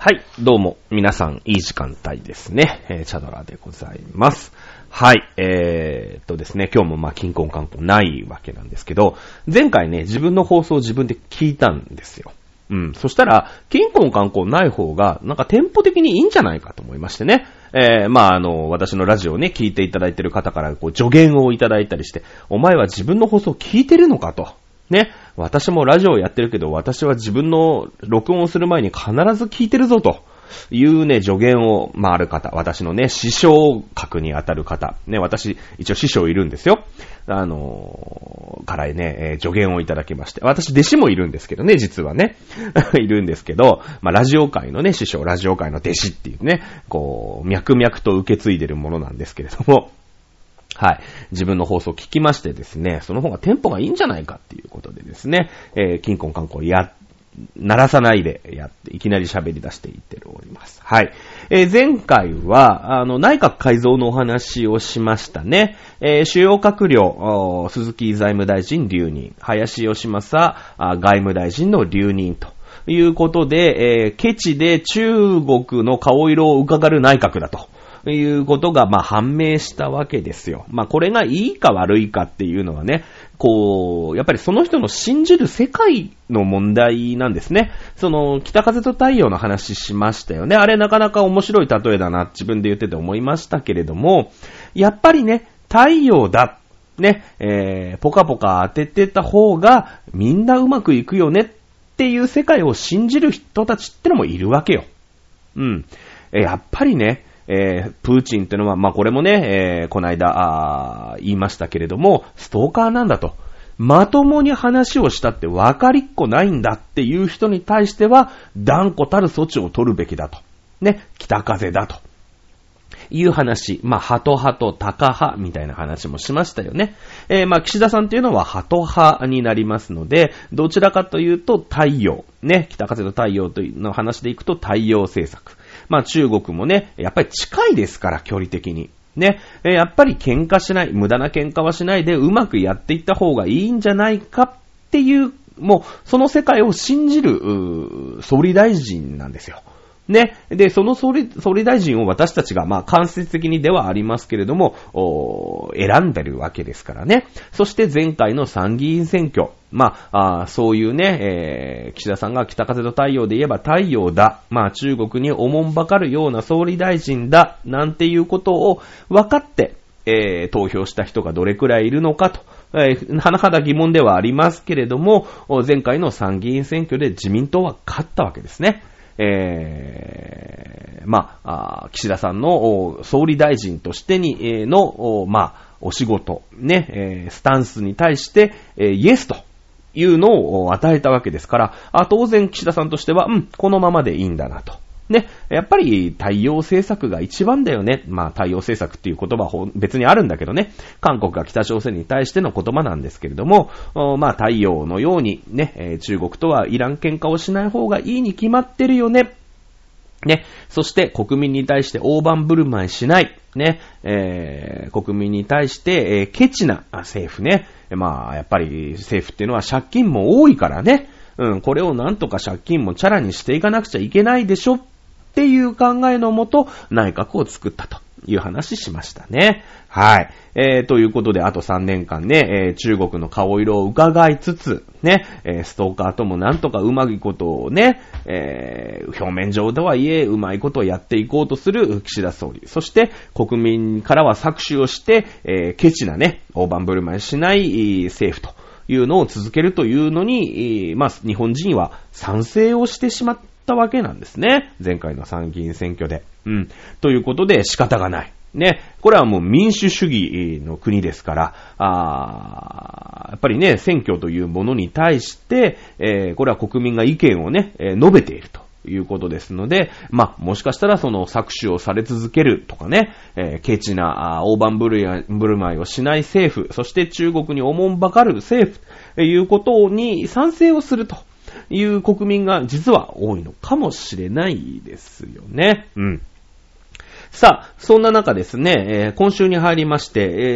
はい、どうも、皆さん、いい時間帯ですね。チャドラでございます。はい、ですね、今日も金婚観光ないわけなんですけど、前回ね、自分の放送を自分で聞いたんですよ。そしたら、金婚観光ない方が、なんかテンポ的にいいんじゃないかと思いましてね。私のラジオをね、聞いていただいている方から助言をいただいたりして、お前は自分の放送を聞いてるのかと。ね。私もラジオをやってるけど、私は自分の録音をする前に必ず聞いてるぞというね、助言を、ある方、私のね、師匠格に当たる方、ね、私、一応師匠いるんですよ。からね、助言をいただきまして、私弟子もいるんですけどね、実はね。いるんですけど、ラジオ界のね、師匠、ラジオ界の弟子っていうね、脈々と受け継いでるものなんですけれども、はい。自分の放送を聞きましてですね、その方がテンポがいいんじゃないかっていうことでですね、金婚観光鳴らさないでやって、いきなり喋り出していっております。はい。前回は、内閣改造のお話をしましたね。主要閣僚、鈴木財務大臣留任、林芳正外務大臣の留任ということで、ケチで中国の顔色を伺う内閣だと。いうことが、判明したわけですよ。これがいいか悪いかっていうのはね、やっぱりその人の信じる世界の問題なんですね。北風と太陽の話しましたよね。あれなかなか面白い例えだな、自分で言ってて思いましたけれども、やっぱりね、太陽だ。ね、ポカポカ当ててた方が、みんなうまくいくよねっていう世界を信じる人たちってのもいるわけよ。やっぱりね、プーチンってのは、これもね、この間、言いましたけれども、ストーカーなんだと。まともに話をしたって分かりっこないんだっていう人に対しては、断固たる措置を取るべきだと。ね、北風だと。いう話。ハト派とタカ派みたいな話もしましたよね。岸田さんっていうのはハト派になりますので、どちらかというと太陽。ね、北風と太陽というの話でいくと太陽政策。中国もね、やっぱり近いですから、距離的に。ね、やっぱり喧嘩しない、無駄な喧嘩はしないでうまくやっていった方がいいんじゃないかっていう、もう、その世界を信じる、総理大臣なんですよ。ね。で、その総理大臣を私たちが、間接的にではありますけれども、選んでるわけですからね。そして前回の参議院選挙。そういうね、岸田さんが北風と太陽で言えば太陽だ。中国におもんばかるような総理大臣だ。なんていうことを分かって、投票した人がどれくらいいるのかと。甚だ疑問ではありますけれども、前回の参議院選挙で自民党は勝ったわけですね。岸田さんの総理大臣としての、お仕事、ね、スタンスに対して、イエスというのを与えたわけですから、当然岸田さんとしては、このままでいいんだなと。ね、やっぱり太陽政策が一番だよね。太陽政策っていう言葉は別にあるんだけどね。韓国が北朝鮮に対しての言葉なんですけれども、太陽のようにね、中国とはいらん喧嘩をしない方がいいに決まってるよね。ね。そして国民に対して大盤振る舞いしない。ね。国民に対して、ケチな政府ね。やっぱり政府っていうのは借金も多いからね。これをなんとか借金もチャラにしていかなくちゃいけないでしょっていう考えのもと内閣を作ったという話しましたね。はい。ということであと3年間ね、中国の顔色を伺いつつ、ね、ストーカーともなんとかうまいことをね、表面上とはいえうまいことをやっていこうとする岸田総理。そして国民からは搾取をして、ケチなね、大盤振る舞いしない政府というのを続けるというのに、日本人は賛成をしてしまったわけなんですね。前回の参議院選挙で。ということで仕方がない。ね。これはもう民主主義の国ですから、やっぱりね、選挙というものに対して、これは国民が意見をね、述べているということですので、もしかしたらその搾取をされ続けるとかね、ケチな大盤振る舞いをしない政府、そして中国におもんばかる政府ということに賛成をするという国民が実は多いのかもしれないですよね。 さあ、そんな中ですね、今週に入りまして、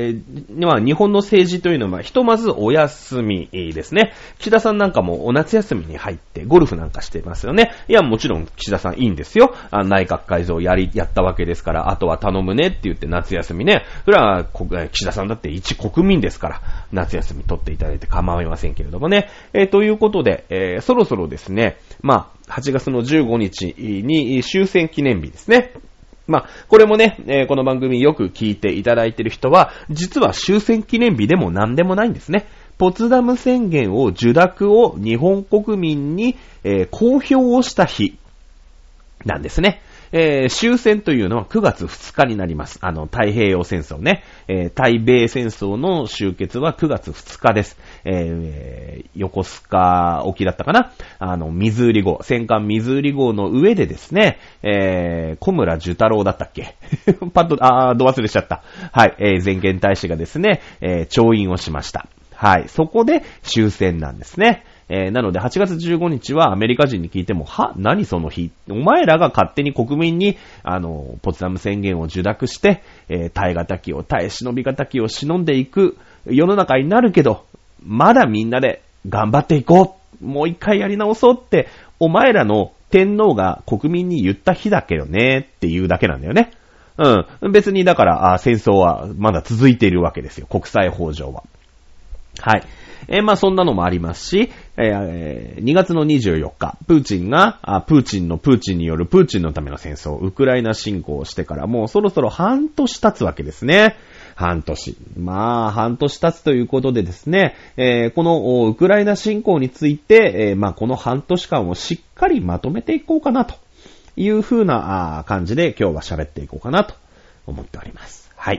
日本の政治というのはひとまずお休みですね。岸田さんなんかもお夏休みに入ってゴルフなんかしてますよね。いや、もちろん岸田さんいいんですよ。内閣改造やったわけですから、あとは頼むねって言って夏休みね。それは岸田さんだって一国民ですから、夏休み取っていただいて構いませんけれどもね。ということで、そろそろですね、8月の15日に終戦記念日ですね。これもね、この番組よく聞いていただいている人は、実は終戦記念日でも何でもないんですね。ポツダム宣言を受諾を日本国民に、公表をした日なんですね。終戦というのは9月2日になります。太平洋戦争ね。対米戦争の終結は9月2日です。横須賀沖だったかな？水売号、戦艦水売号の上でですね、小村寿太郎だったっけパッと、ど忘れしちゃった。はい、全権大使がですね、調印をしました。はい、そこで終戦なんですね。なので8月15日はアメリカ人に聞いても、何その日？お前らが勝手に国民に、ポツダム宣言を受諾して、耐え忍び敵を忍んでいく世の中になるけど、まだみんなで頑張っていこう。もう一回やり直そうって、お前らの天皇が国民に言った日だけどね、っていうだけなんだよね。別にだから、戦争はまだ続いているわけですよ。国際法上は。はい。そんなのもありますし、2月の24日、プーチンによるプーチンのための戦争、ウクライナ侵攻をしてからもうそろそろ半年経つわけですね。半年経つということでですね、このウクライナ侵攻について、この半年間をしっかりまとめていこうかなという風な感じで今日は喋っていこうかなと思っております。はい。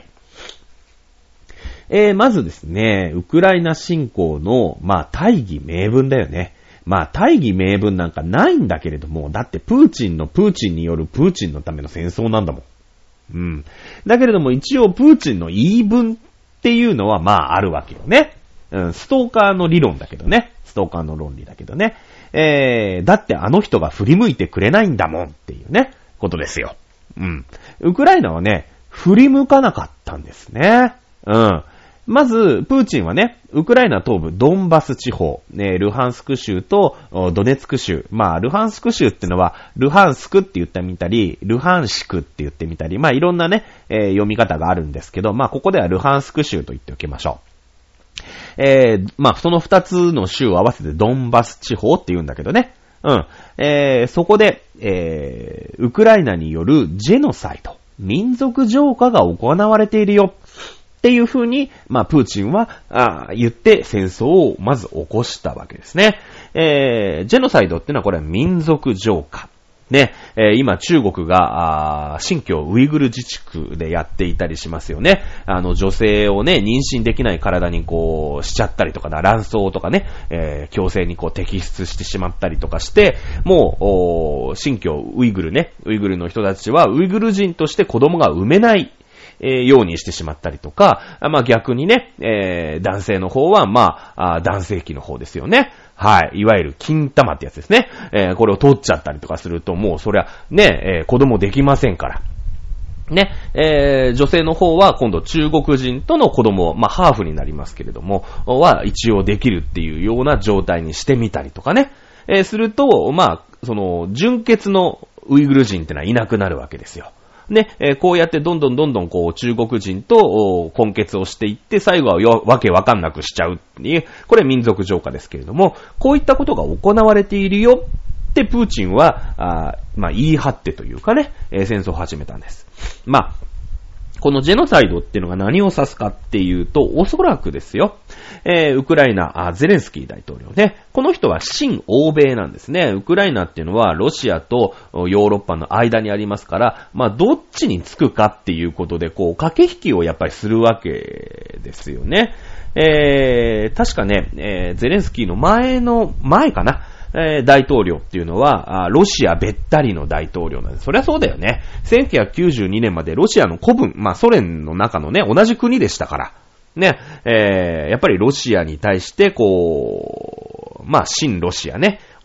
まずですね、ウクライナ侵攻の、大義名分だよね。大義名分なんかないんだけれども、だってプーチンによるプーチンのための戦争なんだもん。だけれども一応プーチンの言い分っていうのはあるわけよね。ストーカーの理論だけどね。ストーカーの論理だけどね。だってあの人が振り向いてくれないんだもんっていうね、ことですよ。ウクライナはね、振り向かなかったんですね。まず、プーチンはね、ウクライナ東部ドンバス地方、ルハンスク州とドネツク州。ルハンスク州ってのは、ルハンスクって言ってみたり、ルハンシクって言ってみたり、いろんなね、読み方があるんですけど、ここではルハンスク州と言っておきましょう。その二つの州を合わせてドンバス地方って言うんだけどね。そこで、ウクライナによるジェノサイド、民族浄化が行われているよ。っていう風に、プーチンは、言って戦争をまず起こしたわけですね。ジェノサイドってのはこれは民族浄化。ね、今中国が、新疆ウイグル自治区でやっていたりしますよね。女性をね、妊娠できない体にしちゃったりとか卵巣とかね、強制に摘出してしまったりとかして、もう、新疆ウイグルの人たちはウイグル人として子供が産めない、ようにしてしまったりとか、逆にね、男性の方は男性器の方ですよね。はい。いわゆる金玉ってやつですね。これを取っちゃったりとかすると、もうそりゃね、子供できませんから。ね、女性の方は今度中国人との子供、ハーフになりますけれども、は一応できるっていうような状態にしてみたりとかね。すると、その、純血のウイグル人ってのはいなくなるわけですよ。ね、こうやってどんどん中国人と混血をしていって、最後はわけわかんなくしちゃうっていう、これ民族浄化ですけれども、こういったことが行われているよってプーチンは、言い張ってというかね、戦争を始めたんです。このジェノサイドっていうのが何を指すかっていうと、おそらくですよ、ウクライナ、ゼレンスキー大統領ね、この人は親欧米なんですね。ウクライナっていうのはロシアとヨーロッパの間にありますから、どっちにつくかっていうことで、駆け引きをやっぱりするわけですよね。確かね、ゼレンスキーの前かな。大統領っていうのは、ロシアべったりの大統領なんです。そりゃそうだよね。1992年までロシアの古文、ソ連の中のね、同じ国でしたから。ね、やっぱりロシアに対して、親ロシアね、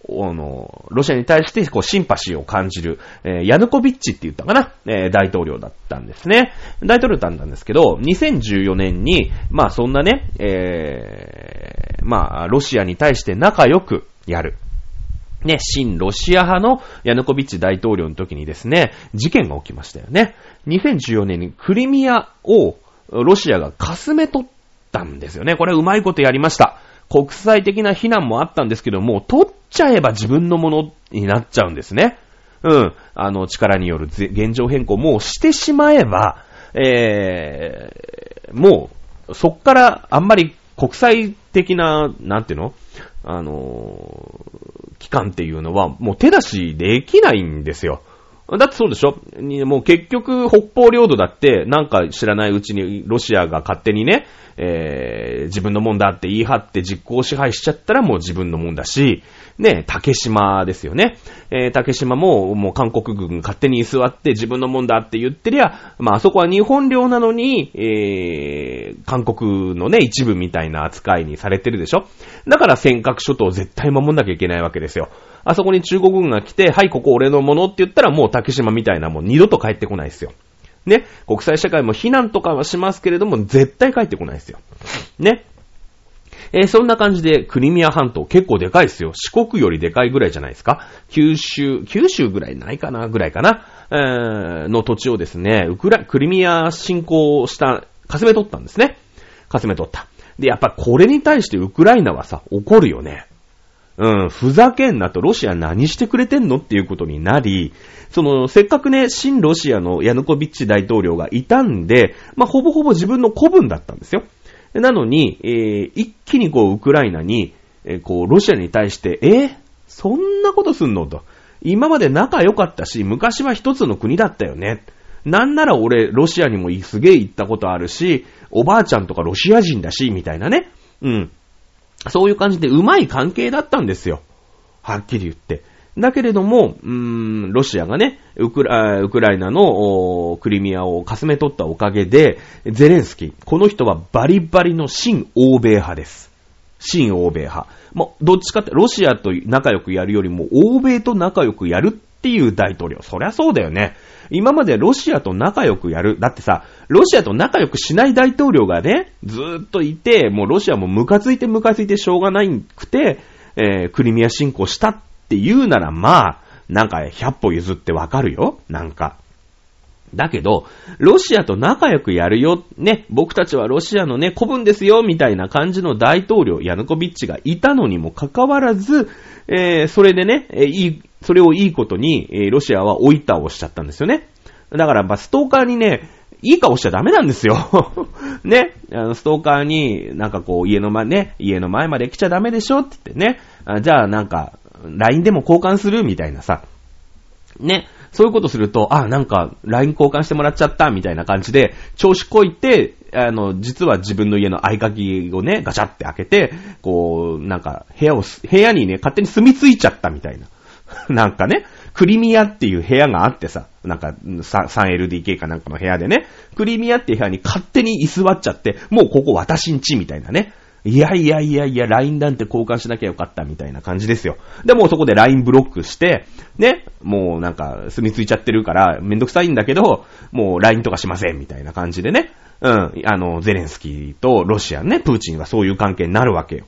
ロシアに対してこうシンパシーを感じる、ヤヌコビッチって言ったかな、大統領だったんですね。大統領だったんですけど、2014年に、まあそんなね、まあロシアに対して仲良くやる。ね、親ロシア派のヤヌコビッチ大統領の時にですね、事件が起きましたよね。2014年にクリミアをロシアがかすめ取ったんですよね。これうまいことやりました。国際的な非難もあったんですけども、取っちゃえば自分のものになっちゃうんですね。力による現状変更もしてしまえば、もう、そっからあんまり国際的な、なんていうの？機関っていうのはもう手出しできないんですよ。だってそうでしょ？もう結局北方領土だってなんか知らないうちにロシアが勝手にね、自分のもんだって言い張って実効支配しちゃったらもう自分のもんだし、ね、竹島ですよね。竹島ももう韓国軍勝手に居座って自分のもんだって言ってりゃ、まああそこは日本領なのに、韓国のね一部みたいな扱いにされてるでしょ。だから尖閣諸島を絶対守んなきゃいけないわけですよ。あそこに中国軍が来て、はいここ俺のものって言ったらもう竹島みたいなもん二度と帰ってこないですよ。ね、国際社会も非難とかはしますけれども絶対帰ってこないですよ。ね。そんな感じでクリミア半島結構でかいですよ。四国よりでかいぐらいじゃないですか。九州ぐらいないかなぐらいかな、の土地をですね、クリミア侵攻したかすめ取ったんですね。かすめ取った。でやっぱこれに対してウクライナはさ怒るよね。ふざけんなと、ロシア何してくれてんのっていうことになり、せっかくね、親ロシアのヤヌコビッチ大統領がいたんで、まあ、ほぼほぼ自分の子分だったんですよ。なのに、一気にウクライナに、ロシアに対して、そんなことすんのと。今まで仲良かったし、昔は一つの国だったよね。なんなら俺、ロシアにもすげえ行ったことあるし、おばあちゃんとかロシア人だし、みたいなね。そういう感じでうまい関係だったんですよ。はっきり言って。だけれども、ロシアがね、ウクライナのクリミアをかすめ取ったおかげで、ゼレンスキー、この人はバリバリの親欧米派です。親欧米派。どっちかって、ロシアと仲良くやるよりも、欧米と仲良くやるっていう大統領。そりゃそうだよね。今までロシアと仲良くやる。だってさ、ロシアと仲良くしない大統領がね、ずーっといて、もうロシアもムカついてしょうがないくて、クリミア侵攻したっていうならまあ、なんか100歩譲ってわかるよ。なんか。だけど、ロシアと仲良くやるよ。ね、僕たちはロシアのね、子分ですよ。みたいな感じの大統領、ヤヌコビッチがいたのにもかかわらず、それでね、それをいいことに、ロシアは追い倒しちゃったんですよね。だから、ストーカーにね、いい顔しちゃダメなんですよ。ね。ストーカーに、なんか家の前まで来ちゃダメでしょって言ってね。じゃあなんか、LINE でも交換するみたいなさ。ね。そういうことすると、なんか、LINE 交換してもらっちゃったみたいな感じで、調子こいて、実は自分の家の合鍵をね、ガチャって開けて、なんか、部屋にね、勝手に住み着いちゃったみたいな。なんかね、クリミアっていう部屋があってさ、なんか 3LDK かなんかの部屋でね、クリミアっていう部屋に勝手に居座っちゃって、もうここ私ん家みたいなね。いや、LINE なんて交換しなきゃよかったみたいな感じですよ。で、もうそこで LINE ブロックして、ね、もうなんか住み着いちゃってるからめんどくさいんだけど、もう LINE とかしませんみたいな感じでね、ゼレンスキーとロシアね、プーチンがそういう関係になるわけよ。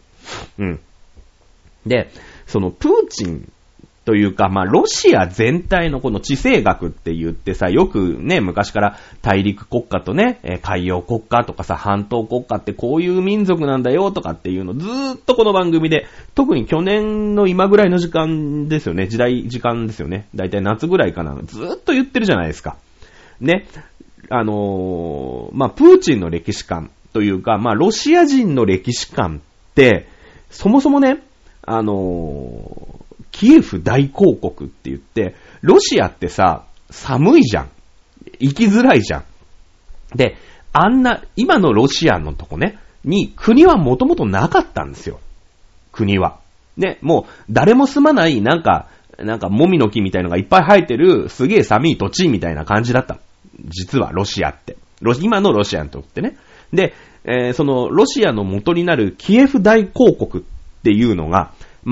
で、そのプーチンというか、ロシア全体のこの地政学って言ってさ、よくね、昔から大陸国家とね、海洋国家とかさ、半島国家ってこういう民族なんだよとかっていうのずーっとこの番組で、特に去年の今ぐらいの時間ですよね、時間ですよね。だいたい夏ぐらいかな、ずーっと言ってるじゃないですか。ね。プーチンの歴史観というか、ロシア人の歴史観って、そもそもね、キエフ大公国って言って、ロシアってさ、寒いじゃん。生きづらいじゃん。で、今のロシアのとこね、に国はもともとなかったんですよ。国は。ね、もう誰も住まない、なんかもみの木みたいのがいっぱい生えてる、すげえ寒い土地みたいな感じだった。実はロシアって。今のロシアにとってね。で、そのロシアの元になるキエフ大公国っていうのが、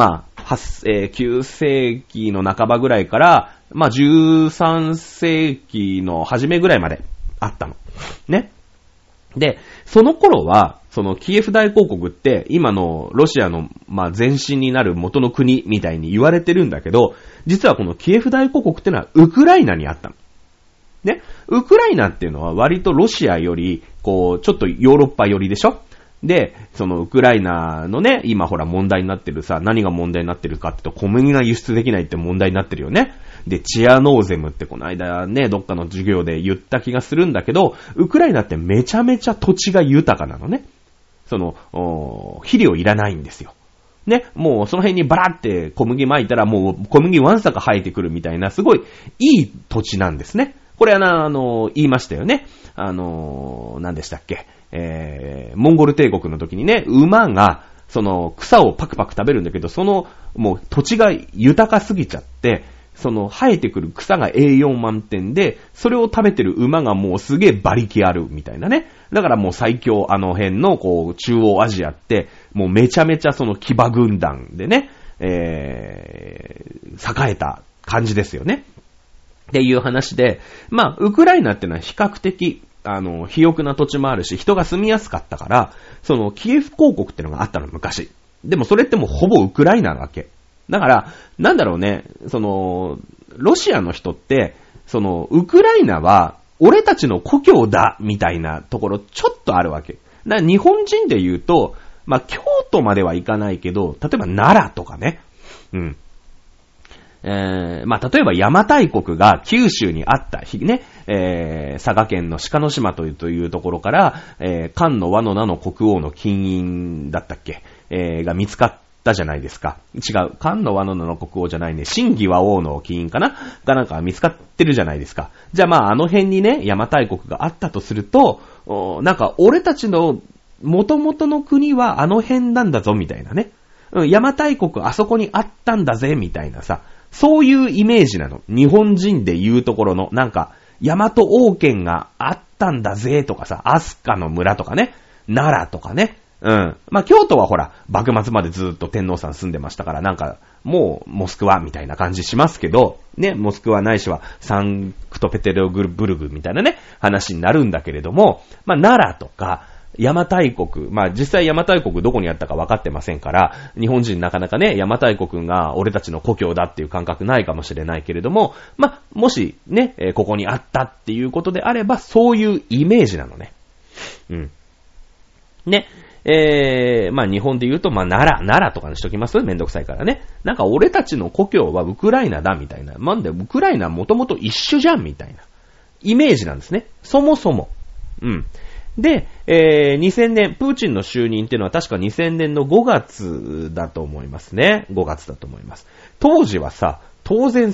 9世紀の半ばぐらいから、まあ、13世紀の初めぐらいまであったの。ね。で、その頃は、そのキエフ大公国って今のロシアのまあ前身になる元の国みたいに言われてるんだけど、実はこのキエフ大公国ってのはウクライナにあったの。ね。ウクライナっていうのは割とロシアより、こう、ちょっとヨーロッパ寄りでしょ？で、そのウクライナのね、今ほら問題になってるさ、何が問題になってるかって言うと小麦が輸出できないって問題になってるよね。で、チアノーゼムってこの間ね、どっかの授業で言った気がするんだけど、ウクライナってめちゃめちゃ土地が豊かなのね。その、肥料いらないんですよ。ね、もうその辺にバラって小麦撒いたらもう小麦わんさか生えてくるみたいなすごいいい土地なんですね。これ言いましたよね。何でしたっけ。モンゴル帝国の時にね、馬が、その草をパクパク食べるんだけど、その、もう土地が豊かすぎちゃって、その生えてくる草が栄養満点で、それを食べてる馬がもうすげえ馬力あるみたいなね。だからもう最強あの辺のこう中央アジアって、もうめちゃめちゃその騎馬軍団でね、栄えた感じですよね。っていう話で、まあ、ウクライナってのは比較的、肥沃な土地もあるし、人が住みやすかったから、その、キエフ公国ってのがあったの、昔。でもそれってもうほぼウクライナなわけ。だから、なんだろうね、その、ロシアの人って、その、ウクライナは、俺たちの故郷だ、みたいなところ、ちょっとあるわけ。だから日本人で言うと、まあ、京都まではいかないけど、例えば奈良とかね。うん。まあ、例えば邪馬台国が九州にあった日ね、佐賀県の鹿の島というところから、漢の倭の名の国王の金印だったっけ、が見つかったじゃないですか。違う。漢の倭の名の国王じゃないね。真偽倭王の金印かながなんか見つかってるじゃないですか。じゃあまああの辺にね、邪馬台国があったとすると、なんか俺たちの元々の国はあの辺なんだぞみたいなね。邪馬台国あそこにあったんだぜみたいなさ。そういうイメージなの。日本人で言うところの、なんか、大和王権があったんだぜとかさ、飛鳥の村とかね、奈良とかね。うん。まあ、京都はほら、幕末までずっと天皇さん住んでましたから、なんか、もう、モスクワみたいな感じしますけど、ね、モスクワないしは、サンクトペテルブルグみたいなね、話になるんだけれども、まあ、奈良とか、邪馬台国、まあ実際邪馬台国どこにあったか分かってませんから、日本人なかなかね、邪馬台国が俺たちの故郷だっていう感覚ないかもしれないけれども、まあもしね、ここにあったっていうことであれば、そういうイメージなのね。うん。ね。まあ日本で言うと、まあ奈良とかにしときます？めんどくさいからね。なんか俺たちの故郷はウクライナだみたいな。なんでウクライナもともと一緒じゃんみたいなイメージなんですね。そもそも。うん。で、2000年、プーチンの就任っていうのは確か2000年の5月だと思いますね。5月だと思います。当時はさ、当然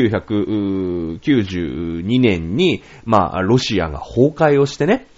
1992年に、まあ、ロシアが崩壊をしてね、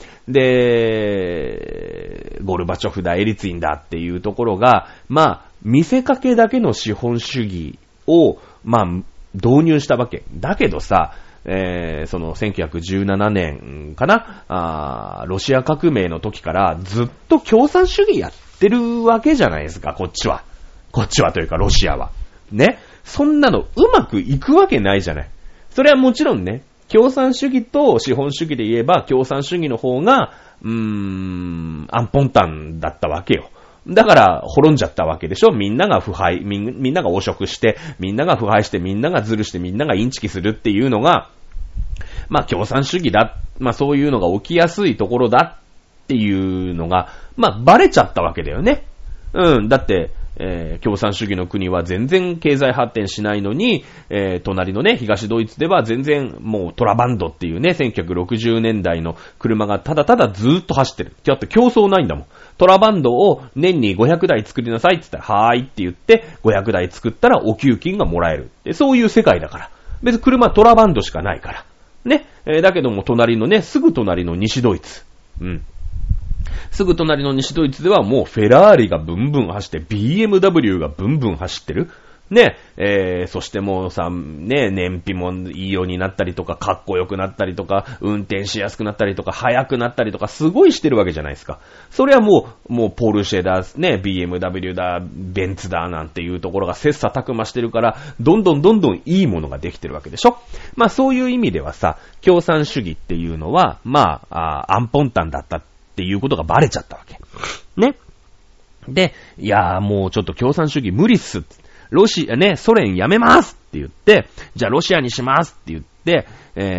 で、ゴルバチョフだ、エリツィンだっていうところが、まあ、見せかけだけの資本主義を、まあ、導入したわけ。だけどさ、その1917年かな、ロシア革命の時からずっと共産主義やってるわけじゃないですか、こっちはというかロシアは。ね。そんなのうまくいくわけないじゃない。それはもちろんね、共産主義と資本主義で言えば共産主義の方が、アンポンタンだったわけよ。だから、滅んじゃったわけでしょ。みんなが腐敗、みんなが汚職して、みんなが腐敗して、みんながズルして、みんながインチキするっていうのが、まあ、共産主義だ。まあ、そういうのが起きやすいところだっていうのが、まあ、バレちゃったわけだよね。うん。だって、共産主義の国は全然経済発展しないのに、隣のね、東ドイツでは全然もうトラバンドっていうね、1960年代の車がただただずーっと走ってる。だって競争ないんだもん。トラバンドを年に500台作りなさいって言ったら、はーいって言って、500台作ったらお給金がもらえる。そういう世界だから。別に車はトラバンドしかないから。ね。だけども隣のね、すぐ隣の西ドイツ。うん。すぐ隣の西ドイツではもうフェラーリがブンブン走って BMW がブンブン走ってる。 ね、そしてもうさ、ね、燃費もいいようになったりとか、かっこよくなったりとか、運転しやすくなったりとか、速くなったりとか、すごいしてるわけじゃないですか。それはもうポルシェだ、ね、BMW だ、ベンツだ、なんていうところが切磋琢磨してるから、どんどんいいものができてるわけでしょ。まあそういう意味ではさ、共産主義っていうのは、まあ、アンポンタンだったっていうことがバレちゃったわけ。ね。で、いやーもうちょっと共産主義無理っす。ソ連やめますって言って、じゃあロシアにしますって言って、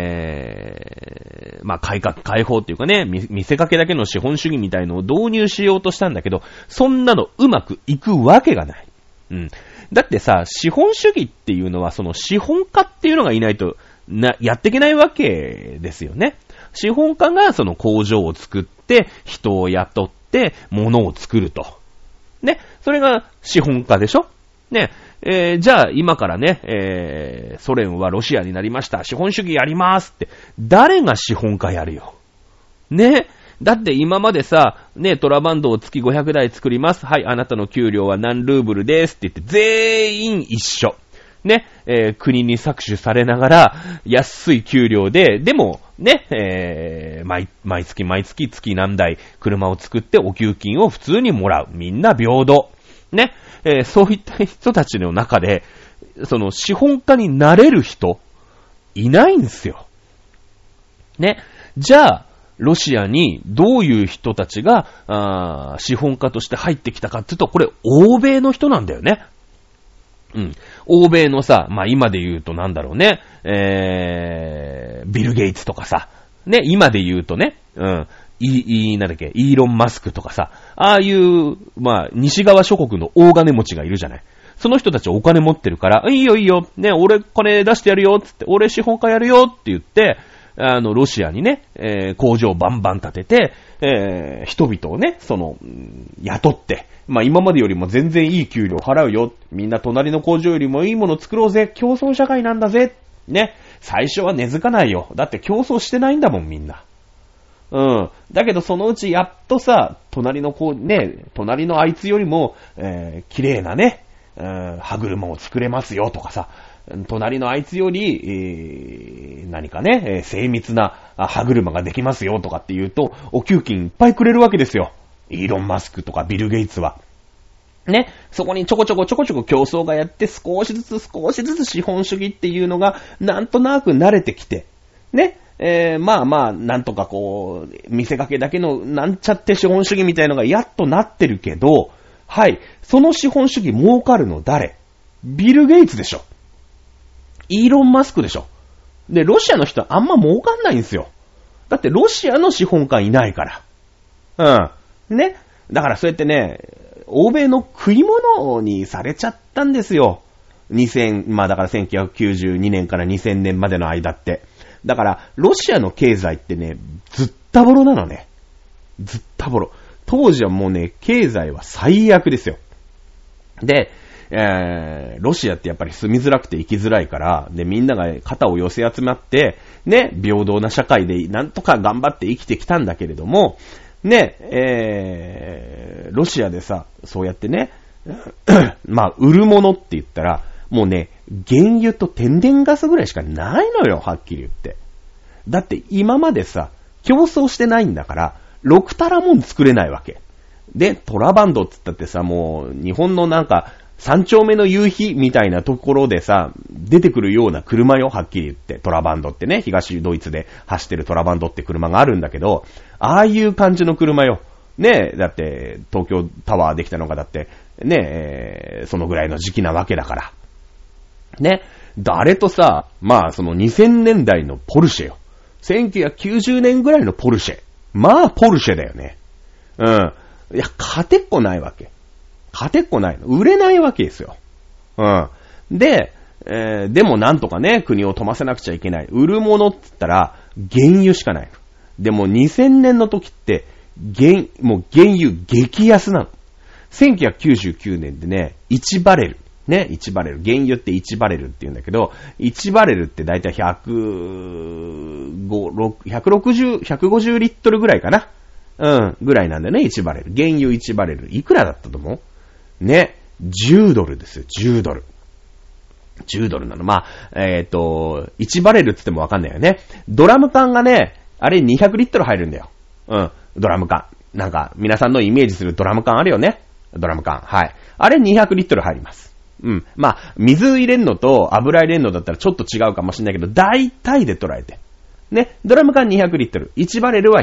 まあ改放っていうかね、見せかけだけの資本主義みたいのを導入しようとしたんだけど、そんなのうまくいくわけがない。うん。だってさ、資本主義っていうのはその資本家っていうのがいないとやっていけないわけですよね。資本家がその工場を作って、人を雇って、物を作ると。ね。それが資本家でしょ？ね、じゃあ今からね、ソ連はロシアになりました。資本主義やりますって。誰が資本家やるよ。ね。だって今までさ、ね、トラバンドを月500台作ります。はい、あなたの給料は何ルーブルですって言って全員一緒。ね、国に搾取されながら安い給料で、でもね、毎月月何台車を作ってお給金を普通にもらう。みんな平等。ね。そういった人たちの中で、その資本家になれる人、いないんですよ。ね。じゃあ、ロシアにどういう人たちが、資本家として入ってきたかっていうと、これ、欧米の人なんだよね。うん。欧米のさ、まあ今で言うとなんだろうね、ビル・ゲイツとかさ、ね、今で言うとね、うん。なんだっけ、イーロン・マスクとかさ、ああいう、まあ、西側諸国の大金持ちがいるじゃない。その人たちお金持ってるから、いいよ、ね、俺金出してやるよ、つって、俺資本家やるよって言って、ロシアにね、工場をバンバン建てて、人々をね、雇って、まあ今までよりも全然いい給料払うよ。みんな隣の工場よりもいいもの作ろうぜ。競争社会なんだぜ。ね。最初は根付かないよ。だって競争してないんだもん、みんな。うん。だけどそのうちやっとさ、隣のあいつよりも、綺麗なね、歯車を作れますよとかさ、隣のあいつより、何かね、精密な歯車ができますよとかって言うと、お給金いっぱいくれるわけですよ。イーロン・マスクとかビル・ゲイツは。ね、そこにちょこちょこ競争がやって少しずつ資本主義っていうのがなんとなく慣れてきて、ね、まあ、なんとかこう、見せかけだけのなんちゃって資本主義みたいのがやっとなってるけど、はい、その資本主義儲かるの誰？ビル・ゲイツでしょ。イーロン・マスクでしょ。で、ロシアの人はあんま儲かんないんですよ。だってロシアの資本家いないから。うん。ね。だからそうやってね、欧米の食い物にされちゃったんですよ。まあだから1992年から2000年までの間って。だから、ロシアの経済ってね、ずったぼろなのね。ずったぼろ。当時はもうね、経済は最悪ですよ。で、ロシアってやっぱり住みづらくて生きづらいから、で、みんなが肩を寄せ集まって、ね、平等な社会でなんとか頑張って生きてきたんだけれども、ね、ロシアでさ、そうやってね、まあ、売るものって言ったら、もうね、原油と天然ガスぐらいしかないのよ、はっきり言って。だって今までさ、競争してないんだから、6たらもん作れないわけ。で、トラバンドって言ったってさ、もう、日本のなんか、三丁目の夕日みたいなところでさ、出てくるような車よ、はっきり言って。トラバンドってね、東ドイツで走ってるトラバンドって車があるんだけど、ああいう感じの車よ。ねえ、だって、東京タワーできたのがだって、ねえ、そのぐらいの時期なわけだから。ね。誰とさ、まあその2000年代のポルシェよ。1990年ぐらいのポルシェ。まあポルシェだよね。うん。いや、勝てっこないわけ。勝てっこないの。売れないわけですよ。うん。で、でもなんとかね、国を富ませなくちゃいけない。売るものって言ったら、原油しかない。でも2000年の時って、もう原油激安なの。1999年でね、1バレル。ね、1バレル。原油って1バレルって言うんだけど、1バレルってだいたい150リットルぐらいかな。うん、ぐらいなんだよね、1バレル。原油1バレル。いくらだったと思う？ね、10ドルですよ、10ドル。 10ドルなの。まあ、1バレルって言ってもわかんないよね。ドラム缶がね、あれ200リットル入るんだよ。うん。ドラム缶。なんか、皆さんのイメージするドラム缶あるよね。ドラム缶。はい。あれ200リットル入ります。うん。まあ、水入れんのと油入れんのだったらちょっと違うかもしれないけど、大体で捉えて。ね。ドラム缶200リットル。1バレルは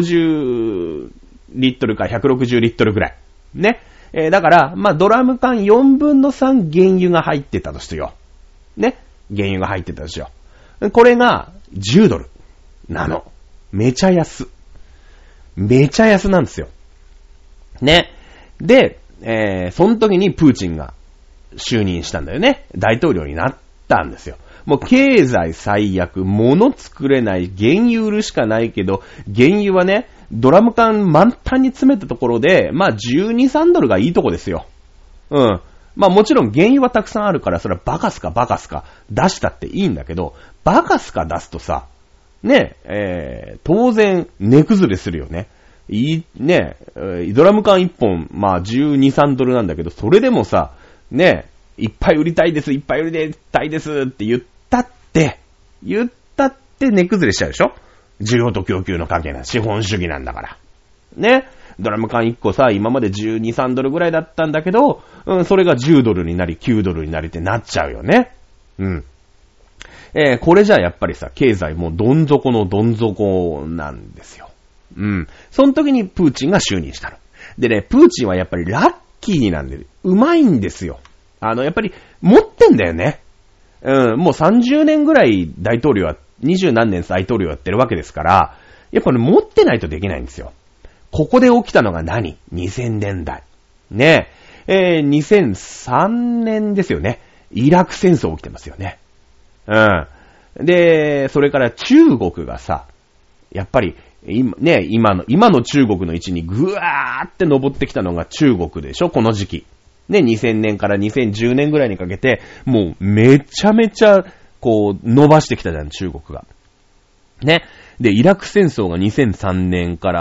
150リットルか160リットルぐらい。ね。だから、まあ、ドラム缶4分の3原油が入ってたとしてよ。ね。原油が入ってたとしよう。これが10ドルなの。めちゃ安。めちゃ安なんですよ。ね。で、その時にプーチンが就任したんだよね。大統領になったんですよ。もう経済最悪、物作れない、原油売るしかないけど、原油はね、ドラム缶満タンに詰めたところで、まあ12、3ドルがいいとこですよ。うん。まあもちろん原油はたくさんあるから、それはバカすか出したっていいんだけど、バカすか出すとさ、ね、当然値崩れするよね。ね、ドラム缶1本、まあ12、3ドルなんだけど、それでもさ、ね、いっぱい売りたいですって言ったって値崩れしちゃうでしょ？需要と供給の関係な資本主義なんだから。ね。ドラム缶1個さ、今まで12、3ドルぐらいだったんだけど、それが10ドルになり、9ドルになりってなっちゃうよね。うん。これじゃやっぱりさ、経済もどん底のどん底なんですよ。うん。その時にプーチンが就任したの。でね、プーチンはやっぱりラッキーなんで、うまいんですよ。やっぱり持ってんだよね。うん、もう30年ぐらい大統領は、20何年大統領やってるわけですから、やっぱり持ってないとできないんですよ。ここで起きたのが何？ 2000 年代。ね。2003年ですよね。イラク戦争起きてますよね。うん。で、それから中国がさ、やっぱり、今の中国の位置にぐわーって登ってきたのが中国でしょ、この時期。ね、2000年から2010年ぐらいにかけて、もうめちゃめちゃ、こう、伸ばしてきたじゃん、中国が。ね。で、イラク戦争が2003年から、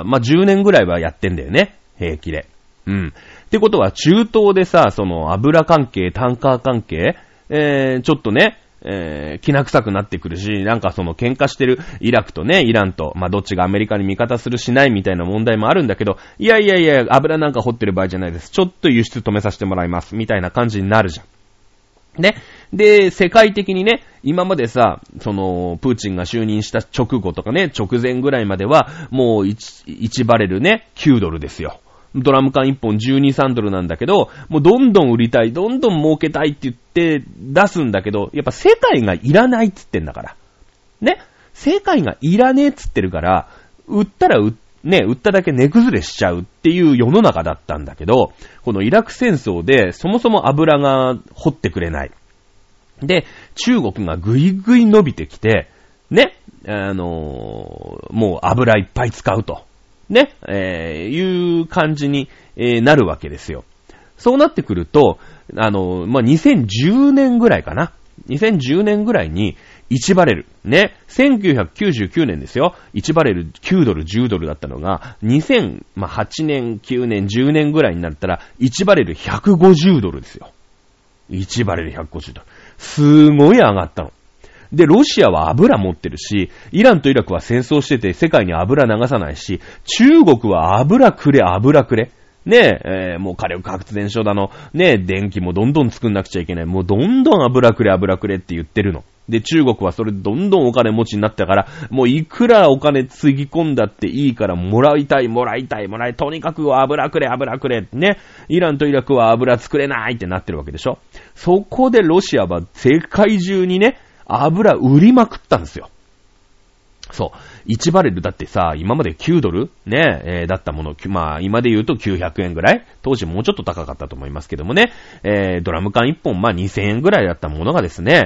まあ、10年ぐらいはやってんだよね、平気で。うん。ってことは、中東でさ、その油関係、タンカー関係、ちょっとね、きな臭くなってくるし、なんかその喧嘩してるイラクとね、イランと、まあ、どっちがアメリカに味方するしないみたいな問題もあるんだけど、いや、油なんか掘ってる場合じゃないです。ちょっと輸出止めさせてもらいます。みたいな感じになるじゃん。ね。で、世界的にね、今までさ、その、プーチンが就任した直後とかね、直前ぐらいまでは、もう1バレルね、9ドルですよ。ドラム缶1本12、3ドルなんだけど、もうどんどん売りたい、どんどん儲けたいって言って出すんだけど、やっぱ世界がいらないっつってんだから。ね。世界がいらねえっつってるから、売っただけ値崩れしちゃうっていう世の中だったんだけど、このイラク戦争でそもそも油が掘ってくれない。で、中国がぐいぐい伸びてきて、ね、もう油いっぱい使うと。ね、いう感じに、なるわけですよ。そうなってくると、2010年ぐらいかな。2010年ぐらいに1バレル。ね、1999年ですよ。1バレル9ドル、10ドルだったのが、2008年、9年、10年ぐらいになったら、1バレル150ドルですよ。1バレル150ドル。すごい上がったの。で、ロシアは油持ってるし、イランとイラクは戦争してて世界に油流さないし、中国は油くれ。ねえ、もう火力発電所だの、ねえ、電気もどんどん作んなくちゃいけない。もうどんどん油くれって言ってるの。で、中国はそれでどんどんお金持ちになったから、もういくらお金つぎ込んだっていいから、もらいたい。とにかく油くれ。ね。イランとイラクは油作れないってなってるわけでしょ。そこでロシアは世界中にね、油売りまくったんですよ。そう。1バレルだってさ、今まで9ドルね、だったもの、まあ今で言うと900円ぐらい、当時もうちょっと高かったと思いますけどもね、ドラム缶1本、まあ2000円ぐらいだったものがですね、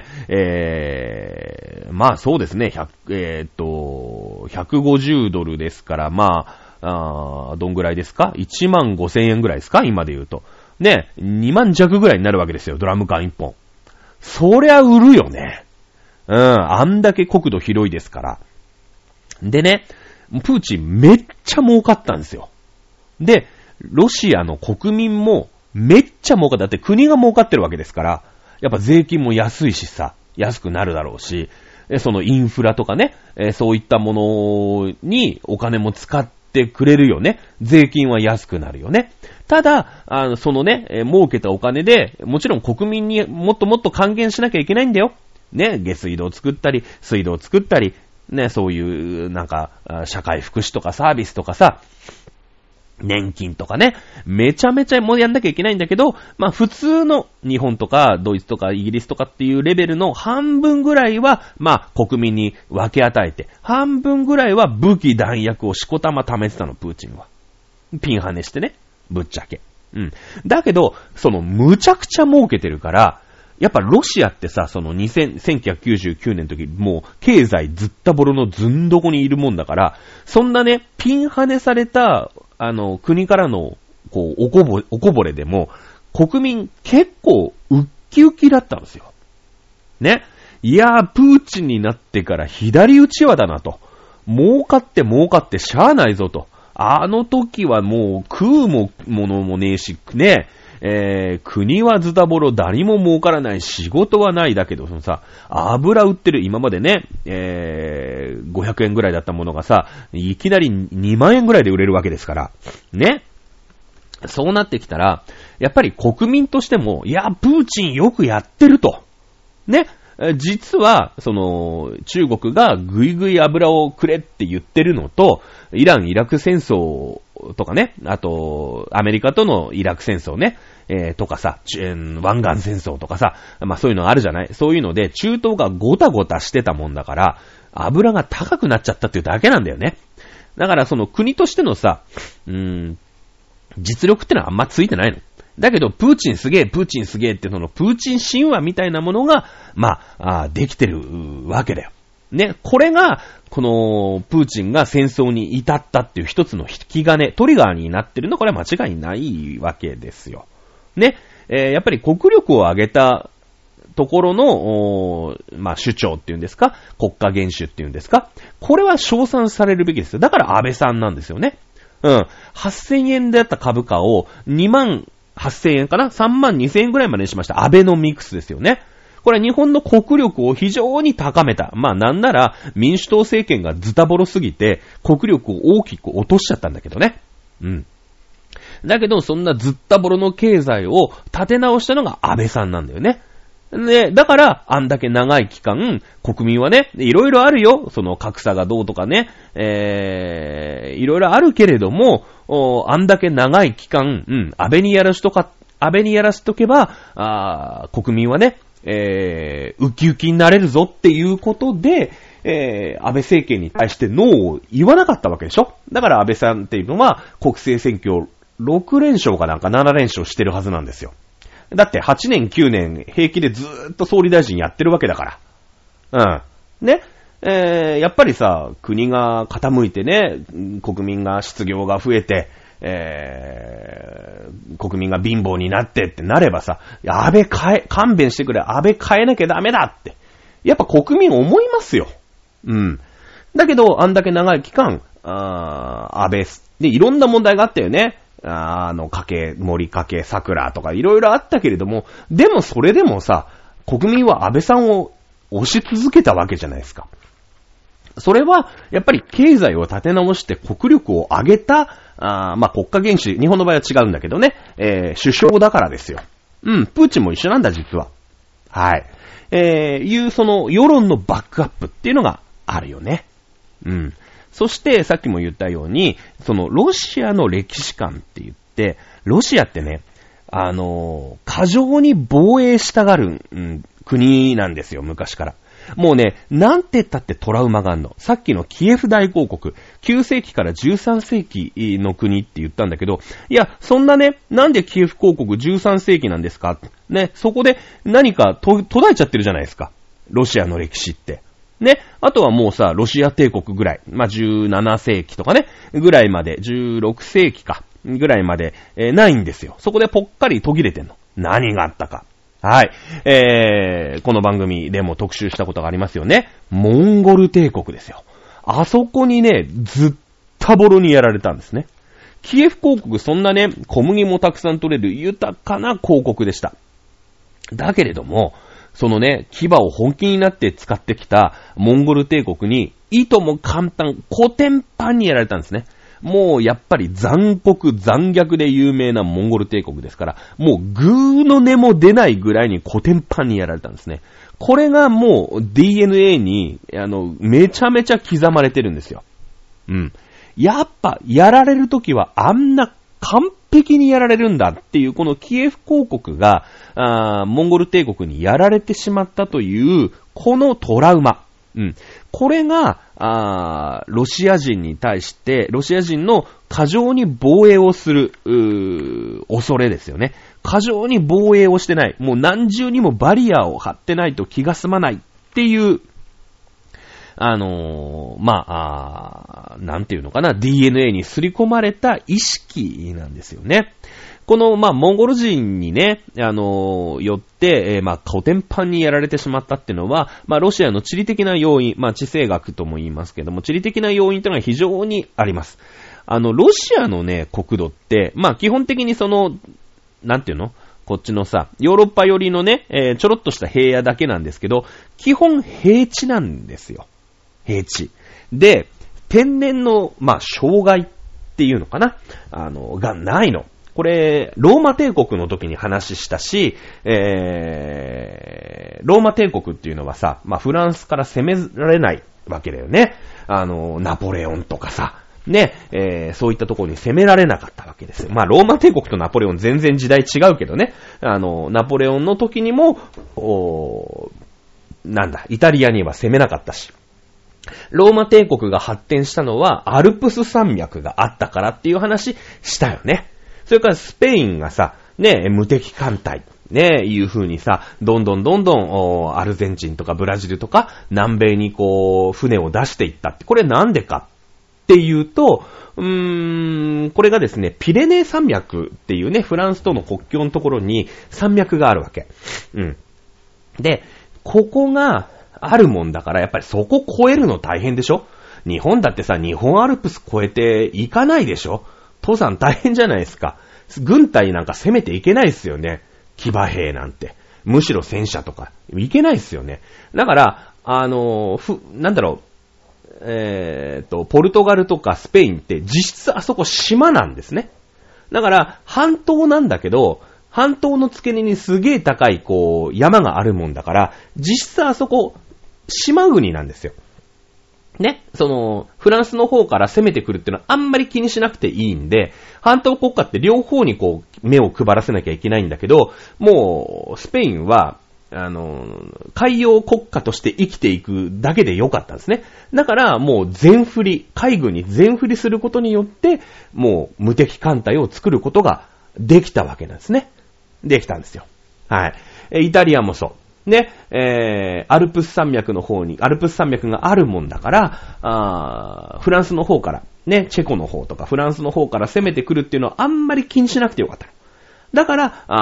まあそうですね、150ドルですから、まあ、どんぐらいですか ?1 万5000円ぐらいですか今で言うと。ね、2万弱ぐらいになるわけですよ、ドラム缶1本。そりゃ売るよね。あんだけ国土広いですから。でね、プーチンめっちゃ儲かったんですよ。で、ロシアの国民もめっちゃ儲かった。だって国が儲かってるわけですから、 やっぱ税金も安いしさ、安くなるだろうし、そのインフラとかね、そういったものにお金も使ってくれるよね。税金は安くなるよね。ただ、そのね、儲けたお金で、もちろん国民にもっともっと還元しなきゃいけないんだよ。ね、下水道を作ったり、水道を作ったり、ね、そういう、なんか、社会福祉とかサービスとかさ、年金とかね、めちゃめちゃもうやんなきゃいけないんだけど、まあ普通の日本とかドイツとかイギリスとかっていうレベルの半分ぐらいは、まあ国民に分け与えて、半分ぐらいは武器弾薬をしこたま貯めてたの、プーチンは。ピンハネしてね、ぶっちゃけ。うん。だけど、そのむちゃくちゃ儲けてるから、やっぱロシアってさ、その1999年の時、もう経済ずったぼろのずんどこにいるもんだから、そんなね、ピンハネされた、国からの、こう、おこぼれでも、国民結構ウッキウキだったんですよ。ね。いやー、プーチンになってから左打ち輪だなと。儲かってしゃあないぞと。あの時はもう食うものもねえし、ね。国はズタボロ、誰も儲からない、仕事はないだけど、そのさ、油売ってる、今までね、500円ぐらいだったものがさ、いきなり2万円ぐらいで売れるわけですから、ね。そうなってきたら、やっぱり国民としても、いや、プーチンよくやってると。ね。実は、その、中国がぐいぐい油をくれって言ってるのと、イラン・イラク戦争とかね、あと、アメリカとのイラク戦争ね、とかさ、湾岸戦争とかさ、まあそういうのあるじゃない？そういうので、中東がゴタゴタしてたもんだから、油が高くなっちゃったっていうだけなんだよね。だからその国としてのさ、実力ってのはあんまついてないの。だけど、プーチンすげえってそのプーチン神話みたいなものが、まあ、できてるわけだよ。ね、これが、この、プーチンが戦争に至ったっていう一つの引き金、トリガーになってるの、これは間違いないわけですよ。ね、やっぱり国力を上げたところの、まあ、首長っていうんですか、国家元首っていうんですか、これは称賛されるべきですよ。だから安倍さんなんですよね。8000円だった株価を2万8000円かな ?3 万2000円ぐらいまでにしました。アベノミクスですよね。これは日本の国力を非常に高めた。まあなんなら民主党政権がズタボロすぎて国力を大きく落としちゃったんだけどね。だけどそんなズタボロの経済を立て直したのが安倍さんなんだよね。で、だから、あんだけ長い期間、国民はね、いろいろあるよ。その格差がどうとかね、いろいろあるけれども、あんだけ長い期間、安倍にやらしとけば、国民はね、ウキウキになれるぞっていうことで、安倍政権に対してノーを言わなかったわけでしょ。だから安倍さんっていうのは、国政選挙6連勝かなんか7連勝してるはずなんですよ。だって8年9年平気でずーっと総理大臣やってるわけだから。ね。やっぱりさ、国が傾いてね、国民が失業が増えて、国民が貧乏になってってなればさ、安倍勘弁してくれ、安倍変えなきゃダメだって。やっぱ国民思いますよ。だけど、あんだけ長い期間、安倍、で、いろんな問題があったよね。森家系、桜とかいろいろあったけれども、でもそれでもさ、国民は安倍さんを押し続けたわけじゃないですか。それは、やっぱり経済を立て直して国力を上げた、まあ、国家元首、日本の場合は違うんだけどね、首相だからですよ。プーチンも一緒なんだ、実は。はい。いうその世論のバックアップっていうのがあるよね。そして、さっきも言ったように、その、ロシアの歴史観って言って、ロシアってね、過剰に防衛したがる、国なんですよ、昔から。もうね、なんて言ったってトラウマがあるの。さっきのキエフ大公国、9世紀から13世紀の国って言ったんだけど、いや、そんなね、なんでキエフ公国13世紀なんですかね、そこで何か途絶えちゃってるじゃないですか。ロシアの歴史って。ね。あとはもうさ、ロシア帝国ぐらい。まあ、17世紀とかね、ぐらいまで、16世紀か、ぐらいまで、ないんですよ。そこでぽっかり途切れてんの。何があったか。はい。この番組でも特集したことがありますよね。モンゴル帝国ですよ。あそこにね、ずったぼろにやられたんですね。キエフ公国、そんなね、小麦もたくさん取れる豊かな公国でした。 だけれども、そのね、牙を本気になって使ってきたモンゴル帝国に、いとも簡単、コテンパンにやられたんですね。もうやっぱり残酷、残虐で有名なモンゴル帝国ですから、もうグーの根も出ないぐらいにコテンパンにやられたんですね。これがもう DNA に、めちゃめちゃ刻まれてるんですよ。うん。やっぱ、やられるときはあんな完璧にやられるんだっていう、このキエフ公国が、モンゴル帝国にやられてしまったという、このトラウマ。うん。これが、ロシア人に対して、ロシア人の過剰に防衛をする、恐れですよね。過剰に防衛をしてない。もう何重にもバリアを張ってないと気が済まないっていう、なんていうのかな、DNA に刷り込まれた意識なんですよね。この、モンゴル人にね、よって、コテンパンにやられてしまったっていうのは、ロシアの地理的な要因、地政学とも言いますけども、地理的な要因というのは非常にあります。ロシアのね、国土って、基本的になんていうの？こっちのさ、ヨーロッパ寄りのね、ちょろっとした平野だけなんですけど、基本平地なんですよ。平地。で、天然の、障害っていうのかな？がないの。これ、ローマ帝国の時に話したし、ローマ帝国っていうのはさ、フランスから攻められないわけだよね。ナポレオンとかさ、ね、そういったところに攻められなかったわけですよ。ローマ帝国とナポレオン全然時代違うけどね。ナポレオンの時にも、イタリアには攻めなかったし。ローマ帝国が発展したのはアルプス山脈があったからっていう話したよね。それからスペインがさ、ね、無敵艦隊、ね、いう風にさ、どんどんアルゼンチンとかブラジルとか南米に船を出していったって、これなんでかっていうと、これがですね、ピレネー山脈っていうね、フランスとの国境のところに山脈があるわけ。うん。で、ここがあるもんだから、やっぱりそこ越えるの大変でしょ？日本だってさ、日本アルプス越えていかないでしょ？登山大変じゃないですか。軍隊なんか攻めていけないですよね。騎馬兵なんて。むしろ戦車とか。いけないですよね。だから、ポルトガルとかスペインって実質あそこ島なんですね。だから、半島なんだけど、半島の付け根にすげえ高い、山があるもんだから、実質あそこ、島国なんですよ。ね、フランスの方から攻めてくるっていうのはあんまり気にしなくていいんで、半島国家って両方に目を配らせなきゃいけないんだけど、もう、スペインは、海洋国家として生きていくだけでよかったんですね。だから、もう海軍に全振りすることによって、もう無敵艦隊を作ることができたわけなんですね。できたんですよ。はい。イタリアもそう。ね、アルプス山脈があるもんだから、フランスの方から、ね、チェコの方とかフランスの方から攻めてくるっていうのはあんまり気にしなくてよかった。だから、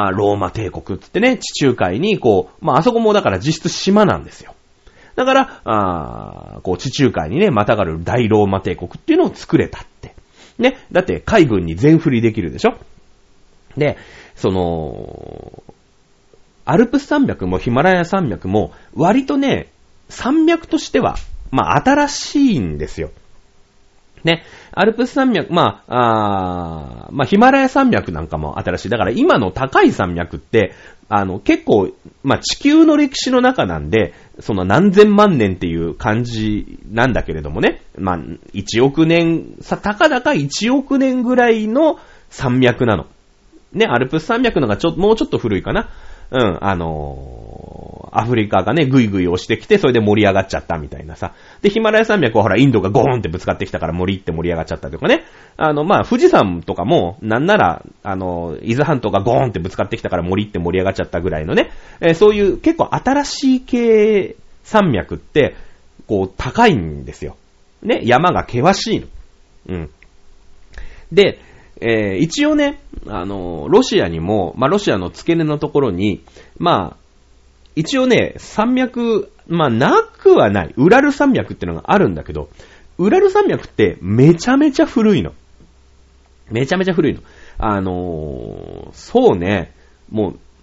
ローマ帝国ってね、地中海にあそこもだから実質島なんですよ。だから、地中海にね、またがる大ローマ帝国っていうのを作れたって。ね、だって海軍に全振りできるでしょ？で、アルプス山脈もヒマラヤ山脈も割とね、山脈としては、新しいんですよ。ね、アルプス山脈、ヒマラヤ山脈なんかも新しい。だから今の高い山脈って、結構、地球の歴史の中なんで、何千万年っていう感じなんだけれどもね、1億年、たかだか1億年ぐらいの山脈なの。ね、アルプス山脈のがもうちょっと古いかな。うん、アフリカがね、ぐいぐい押してきて、それで盛り上がっちゃったみたいなさ。で、ヒマラヤ山脈はほら、インドがゴーンってぶつかってきたから森って盛り上がっちゃったとかね。富士山とかも、なんなら、伊豆半島がゴーンってぶつかってきたから森って盛り上がっちゃったぐらいのね。そういう結構新しい系山脈って、高いんですよ。ね、山が険しいの。うん。で、一応ね、ロシアにも、ロシアの付け根のところに、一応ね、山脈、なくはない。ウラル山脈ってのがあるんだけど、ウラル山脈ってめちゃめちゃ古いの。めちゃめちゃ古いの。そうね、もう、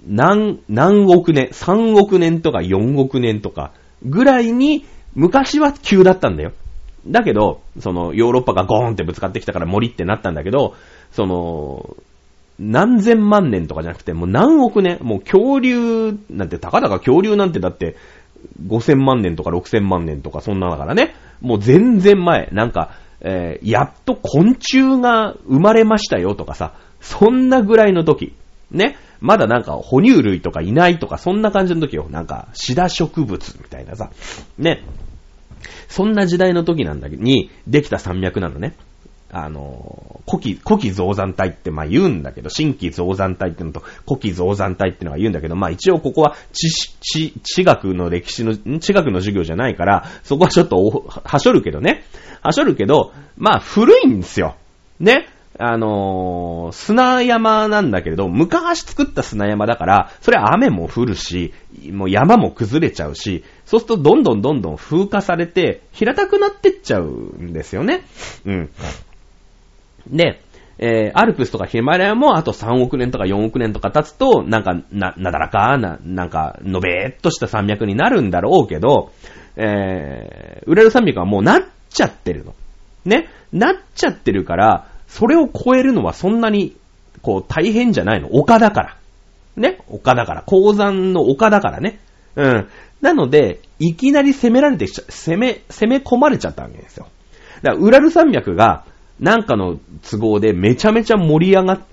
何億年、3億年とか4億年とかぐらいに昔は急だったんだよ。だけど、そのヨーロッパがゴーンってぶつかってきたから森ってなったんだけど、その、何千万年とかじゃなくてもう何億年、もう恐竜なんて、たかだか恐竜なんてだって5000万年とか6000万年とかそんなだからね、もう全然前、なんか、やっと昆虫が生まれましたよとかさ、そんなぐらいの時、ね、まだなんか哺乳類とかいないとかそんな感じの時よ、なんかシダ植物みたいなさ、ね、そんな時代の時なんだけどにできた山脈なのね。古希造山帯ってまあ言うんだけど、新規造山帯ってのと古希造山帯ってのは言うんだけど、まあ一応ここは地学の歴史の、地学の授業じゃないから、そこはちょっとはしょるけどね。はしょるけど、まあ古いんですよ。ね。砂山なんだけれど、昔作った砂山だから、それは雨も降るし、もう山も崩れちゃうし、そうするとどんどん風化されて、平たくなってっちゃうんですよね。うん。で、アルプスとかヒマラヤもあと3億年とか4億年とか経つと、なんか、なだらかなんか、のべーっとした山脈になるんだろうけど、ウラル山脈はもうなっちゃってるの。ね。なっちゃってるから、それを超えるのはそんなに、こう、大変じゃないの。丘だから。ね。丘だから。鉱山の丘だからね。うん。なので、いきなり攻め込まれちゃったわけですよ。だから、ウラル山脈が、なんかの都合でめちゃめちゃ盛り上がって、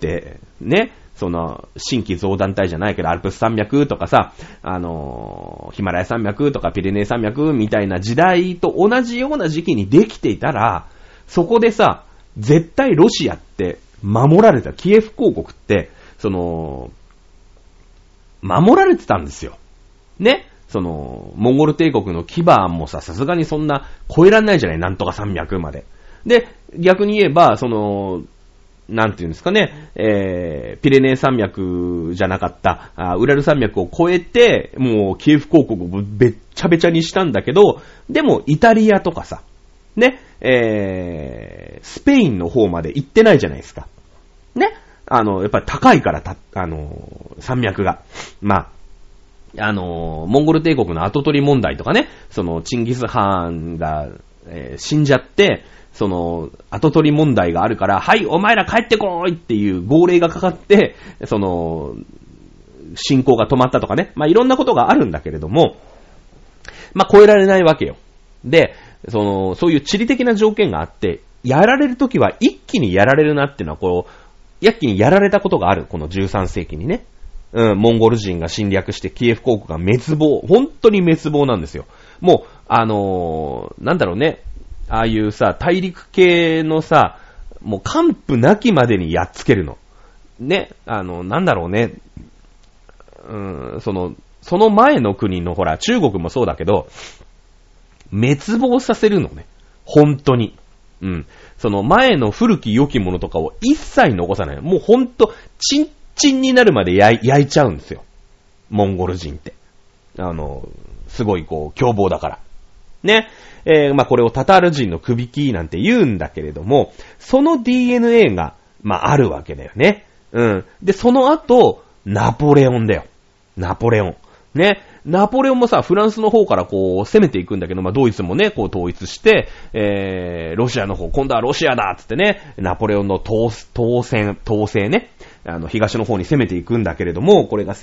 ね。その、新規造山帯じゃないけど、アルプス山脈とかさ、ヒマラヤ山脈とかピレネー山脈みたいな時代と同じような時期にできていたら、そこでさ、絶対ロシアって守られた、キエフ公国って、その、守られてたんですよ。ね。その、モンゴル帝国の牙もさすがにそんな超えられないじゃない、なんとか山脈まで。で、逆に言えば、その、なんていうんですかね、ピレネー山脈じゃなかった、ウラル山脈を超えて、もうキエフ公国をべっちゃべちゃにしたんだけど、でもイタリアとかさ、ね、スペインの方まで行ってないじゃないですか。ね、やっぱり高いから山脈が。まあ、モンゴル帝国の跡取り問題とかね、その、チンギス・ハーンが、死んじゃって、その、跡取り問題があるから、はい、お前ら帰ってこいっていう号令がかかって、その、侵攻が止まったとかね。まあ、いろんなことがあるんだけれども、まあ、超えられないわけよ。で、そういう地理的な条件があって、やられるときは一気にやられるなっていうのは、こう、一気にやられたことがある。この13世紀にね。うん、モンゴル人が侵略してキエフ公国が滅亡。本当に滅亡なんですよ。もう、なんだろうね。ああいうさ、大陸系のさ、もう完膚なきまでにやっつけるの。ね、なんだろうね。その前の国のほら、中国もそうだけど、滅亡させるのね。本当に。うん。その前の古き良きものとかを一切残さない。もう本当、チンチンになるまで焼いちゃうんですよ。モンゴル人って。すごいこう、凶暴だから。ね。まあこれをタタール人の首切りなんて言うんだけれども、その DNA が、まああるわけだよね。うん。で、その後、ナポレオンだよ。ナポレオン。ね。ナポレオンもさ、フランスの方からこう攻めていくんだけど、まあドイツもね、こう統一して、ロシアの方、今度はロシアだっつってね、ナポレオンの統制ね、東の方に攻めていくんだけれども、これが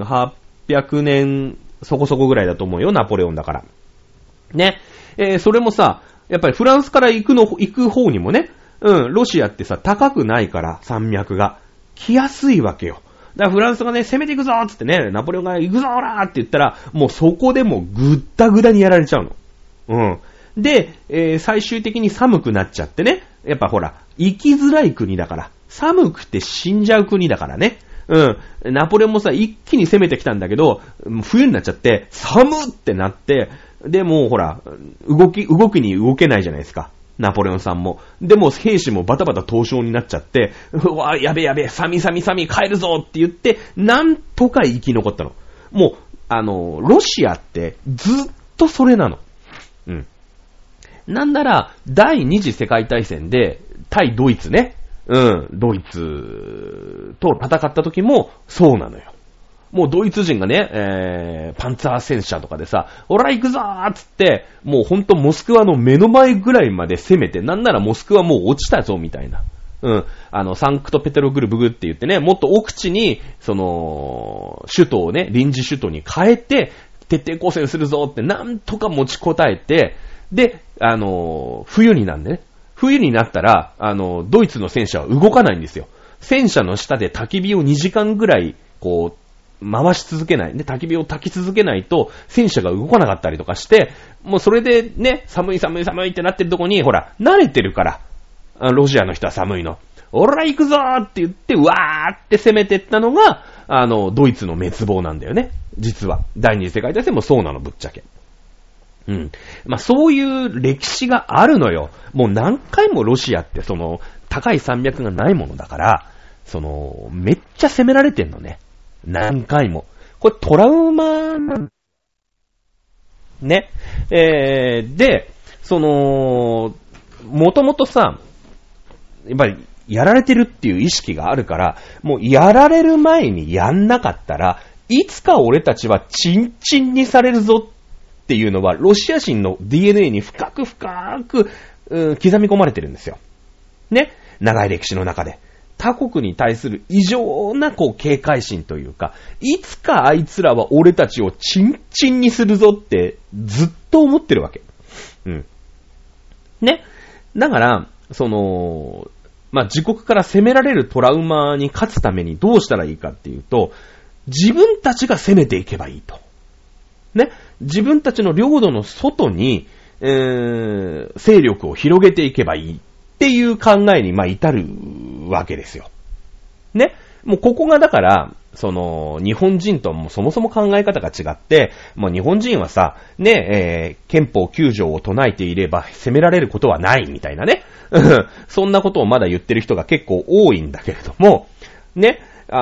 1800年そこそこぐらいだと思うよ、ナポレオンだから。ね。それもさ、やっぱりフランスから行く方にもね、うん、ロシアってさ、高くないから山脈が来やすいわけよ。だからフランスがね、攻めていくぞーっつってね、ナポレオンが行くぞーらーって言ったら、もうそこでもうぐったぐだにやられちゃうの。うん。で、最終的に寒くなっちゃってね、やっぱほら、生きづらい国だから、寒くて死んじゃう国だからね。うん。ナポレオンもさ、一気に攻めてきたんだけど、冬になっちゃって、寒ってなって、で、もうほら、動きに動けないじゃないですか。ナポレオンさんも。でも兵士もバタバタ凍傷になっちゃって、うわ、やべ、寒い、帰るぞって言って、なんとか生き残ったの。もう、ロシアってずっとそれなの。うん。なんなら、第二次世界大戦で、対ドイツね。うん、ドイツと戦った時もそうなのよ。 もうドイツ人がね、パンツァー戦車とかでさ、ほら行くぞーっつって、もうほんとモスクワの目の前ぐらいまで攻めて、なんならモスクワもう落ちたぞみたいな。サンクトペテルブルクって言ってね、もっと奥地に、首都をね、臨時首都に変えて、徹底抗戦するぞってなんとか持ちこたえて、で、冬になんでね。冬になったら、ドイツの戦車は動かないんですよ。戦車の下で焚き火を2時間ぐらい、こう、回し続けない。で、焚き火を焚き続けないと、戦車が動かなかったりとかして、もうそれでね、寒いってなってるとこに、ほら、慣れてるから、ロシアの人は寒いの。おら行くぞーって言って、わーって攻めてったのが、ドイツの滅亡なんだよね。実は。第二次世界大戦もそうなの、ぶっちゃけ。まあ、そういう歴史があるのよ。もう何回もロシアって高い山脈がないものだから、めっちゃ攻められてんのね。何回も。これトラウマなんね。で、もともとさ、やっぱりやられてるっていう意識があるから、もうやられる前にやんなかったら、いつか俺たちはチンチンにされるぞっていうのは、ロシア人の DNA に深く、刻み込まれてるんですよ。ね。長い歴史の中で。他国に対する異常な警戒心というか、いつかあいつらは俺たちをチンチンにするぞってずっと思ってるわけ。ね。だから、自国から攻められるトラウマに勝つためにどうしたらいいかっていうと、自分たちが攻めていけばいいと。ね。自分たちの領土の外に、勢力を広げていけばいいっていう考えに、至るわけですよ。ね。もうここがだから、日本人ともそもそも考え方が違って、もう日本人はさ、ね、憲法9条を唱えていれば攻められることはないみたいなね。そんなことをまだ言ってる人が結構多いんだけれども、ね、プ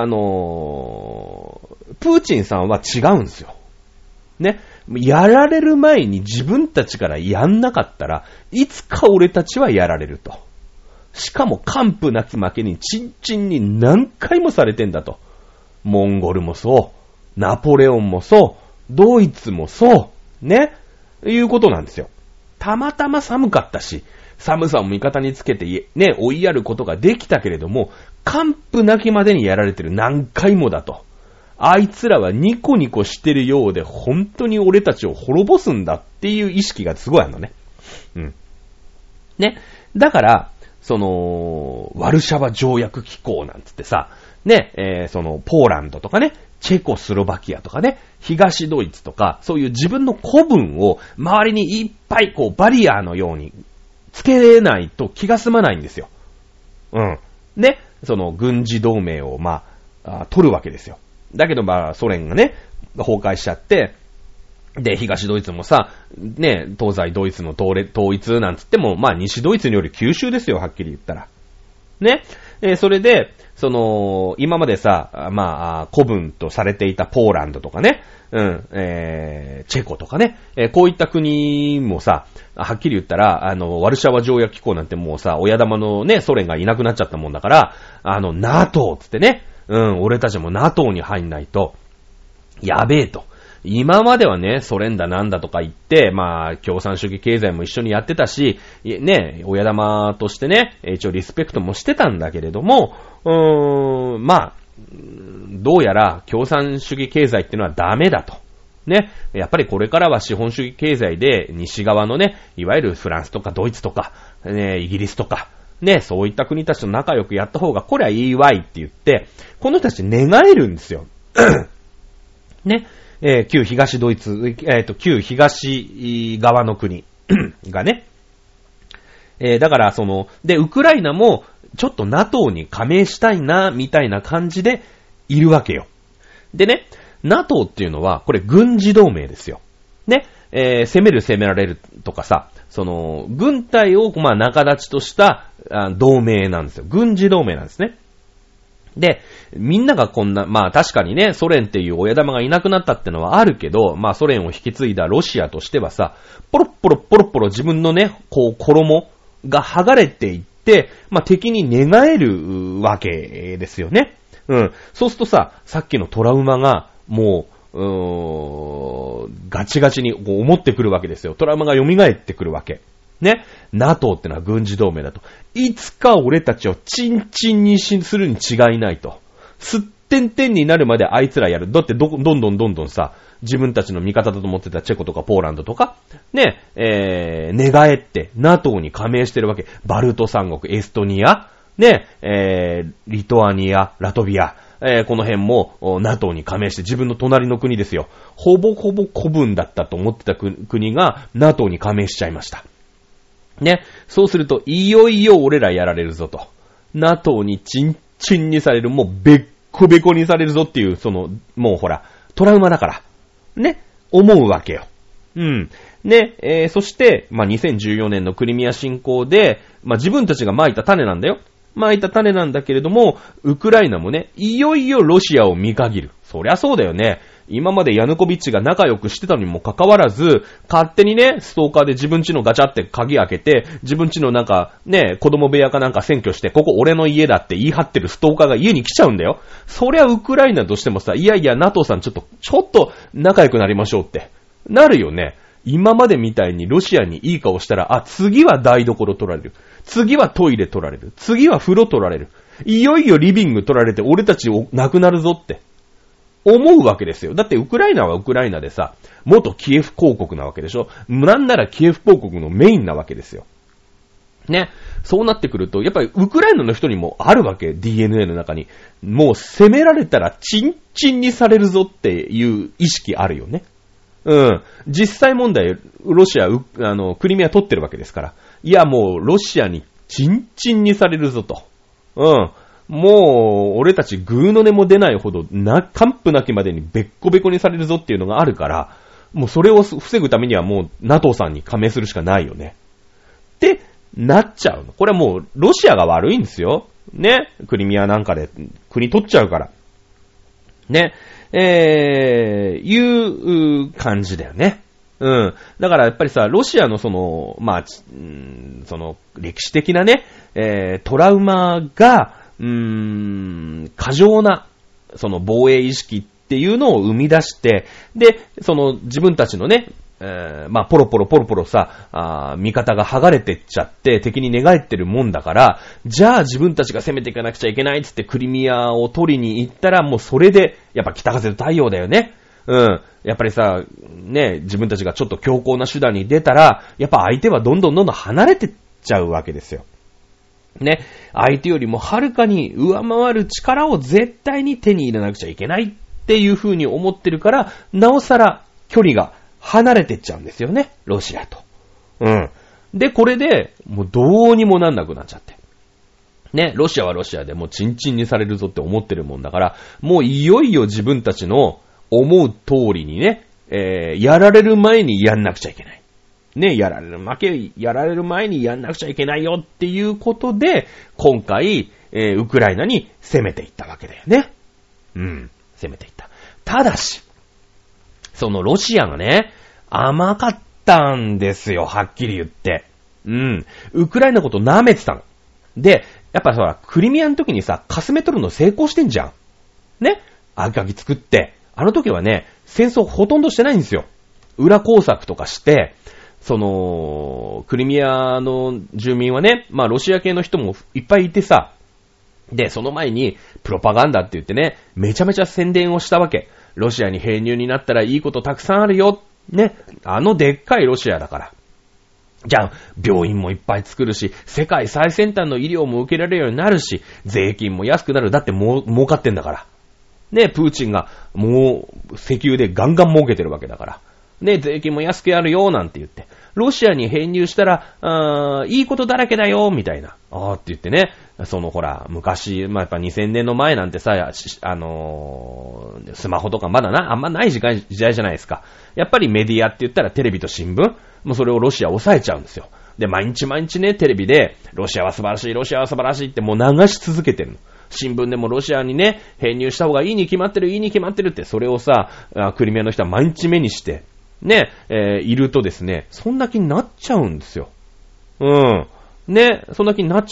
ーチンさんは違うんですよ。ね。やられる前に自分たちからやんなかったら、いつか俺たちはやられると。しかも完膚なき負けにチンチンに何回もされてんだと。モンゴルもそう、ナポレオンもそう、ドイツもそう、ね。いうことなんですよ。たまたま寒かったし、寒さを味方につけてね、追いやることができたけれども、完膚なきまでにやられてる何回もだと。あいつらはニコニコしてるようで本当に俺たちを滅ぼすんだっていう意識がすごいあるのね。ね。だから、ワルシャワ条約機構なんつってさ、ね、ポーランドとかね、チェコスロバキアとかね、東ドイツとか、そういう自分の古文を周りにいっぱいバリアのようにつけないと気が済まないんですよ。ね、軍事同盟を取るわけですよ。だけどソ連がね、崩壊しちゃって、で、東ドイツもさ、ね、東西ドイツの統一なんつっても、西ドイツにより吸収ですよ、はっきり言ったら。ね。それで、今までさ、古文とされていたポーランドとかね、チェコとかね、こういった国もさ、はっきり言ったら、ワルシャワ条約機構なんてもうさ、親玉のね、ソ連がいなくなっちゃったもんだから、NATO つってね、俺たちも NATO に入んないと、やべえと。今まではね、ソ連だなんだとか言って、共産主義経済も一緒にやってたし、ね、親玉としてね、一応リスペクトもしてたんだけれども、どうやら共産主義経済っていうのはダメだと。ね、やっぱりこれからは資本主義経済で西側のね、いわゆるフランスとかドイツとか、ね、イギリスとか、ね、そういった国たちと仲良くやった方がこれはいいわいって言って、この人たち願えるんですよ。ね。旧東ドイツ、旧東側の国がね。だからで、ウクライナもちょっと NATO に加盟したいな、みたいな感じでいるわけよ。でね、NATO っていうのは、これ軍事同盟ですよ。ね。攻められるとかさ、軍隊を仲立ちとした同盟なんですよ。軍事同盟なんですね。で、みんながこんな、確かにね、ソ連っていう親玉がいなくなったってのはあるけど、ソ連を引き継いだロシアとしてはさ、ポロッポロ自分のね、衣が剥がれていって、敵に寝返るわけですよね。そうするとさ、さっきのトラウマが、 もう、ガチガチにこう思ってくるわけですよ。トラウマが蘇ってくるわけ。ね。NATO ってのは軍事同盟だと。いつか俺たちをチンチンにするに違いないと。すってんてんになるまであいつらやる。だってどんどんさ、自分たちの味方だと思ってたチェコとかポーランドとか、ね、寝返って NATO に加盟してるわけ。バルト三国、エストニア、ね、リトアニア、ラトビア、この辺も NATO に加盟して自分の隣の国ですよ。ほぼほぼ古文だったと思ってた国が NATO に加盟しちゃいました。ね。そうすると、いよいよ俺らやられるぞと。NATO にチンチンにされる、もうべっこべこにされるぞっていう、もうほら、トラウマだから。ね。思うわけよ。うん。ね。そして、2014年のクリミア侵攻で、自分たちが蒔いた種なんだよ。蒔いた種なんだけれども、ウクライナもね、いよいよロシアを見限る。そりゃそうだよね。今までヤヌコビッチが仲良くしてたのにもかかわらず、勝手にね、ストーカーで自分家のガチャって鍵開けて、自分家のなんか、ね、子供部屋かなんか占拠して、ここ俺の家だって言い張ってるストーカーが家に来ちゃうんだよ。そりゃウクライナとしてもさ、いやいや、NATO さんちょっと仲良くなりましょうって。なるよね。今までみたいにロシアにいい顔したら、次は台所取られる。次はトイレ取られる。次は風呂取られる。いよいよリビング取られて俺たちなくなるぞって。思うわけですよ。だってウクライナはウクライナでさ、元キエフ公国なわけでしょ。なんならキエフ公国のメインなわけですよ。ね。そうなってくると、やっぱりウクライナの人にもあるわけ。DNA の中に。もう攻められたらチンチンにされるぞっていう意識あるよね。うん。実際問題、ロシア、クリミア取ってるわけですから。いや、もうロシアにチンチンにされるぞと。うん。もう、俺たちグーの音も出ないほど、完膚なきまでにべっこべこにされるぞっていうのがあるから、もうそれを防ぐためにはもう NATO さんに加盟するしかないよね。ってなっちゃうの。これはもうロシアが悪いんですよ。ね。クリミアなんかで国取っちゃうから。ね。いう感じだよね。うん。だからやっぱりさ、ロシアの歴史的なね、トラウマが、過剰な、防衛意識っていうのを生み出して、で、自分たちのね、ポロポロさ、味方が剥がれてっちゃって敵に寝返ってるもんだから、じゃあ自分たちが攻めていかなくちゃいけないっつってクリミアを取りに行ったら、もうそれで、やっぱ北風と太陽だよね。うん。やっぱりさ、ね、自分たちがちょっと強硬な手段に出たら、やっぱ相手はどんどん離れてっちゃうわけですよ。ね。相手よりもはるかに上回る力を絶対に手に入れなくちゃいけないっていう風に思ってるから、なおさら距離が離れてっちゃうんですよね、ロシアと。うん。で、これで、もうどうにもなんなくなっちゃって。ね、ロシアはロシアでもうチンチンにされるぞって思ってるもんだから、もういよいよ自分たちの思う通りにね、やられる前にやんなくちゃいけない。ね、やられる前にやんなくちゃいけないよっていうことで、今回、ウクライナに攻めていったわけだよね。うん、攻めていった。ただし、ロシアがね、甘かったんですよ、はっきり言って。うん。ウクライナのこと舐めてたの。で、やっぱさ、クリミアの時にさ、かすめ取るの成功してんじゃん。ね。赤木作って。あの時はね、戦争ほとんどしてないんですよ。裏工作とかして、クリミアの住民はね、ロシア系の人もいっぱいいてさ、で、その前に、プロパガンダって言ってね、めちゃめちゃ宣伝をしたわけ。ロシアに編入になったらいいことたくさんあるよ。ね。でっかいロシアだから。じゃあ、病院もいっぱい作るし、世界最先端の医療も受けられるようになるし、税金も安くなる。だって儲かってんだから。ね、プーチンがもう石油でガンガン儲けてるわけだから。ね、税金も安くやるよ、なんて言って。ロシアに編入したら、いいことだらけだよ、みたいな。って言ってね、ほら、昔、やっぱ2000年の前なんてさ、スマホとかまだあんまない時代じゃないですか。やっぱりメディアって言ったらテレビと新聞、もうそれをロシア抑えちゃうんですよ。で、毎日ね、テレビで、ロシアは素晴らしい、ロシアは素晴らしいってもう流し続けてるの。新聞でもロシアにね、編入した方がいいに決まってるって、それをさ、クリミアの人は毎日目にして、ね、いるとですね、そんな気になっちゃうんですよ。うん。ね、そんな気になっちゃう。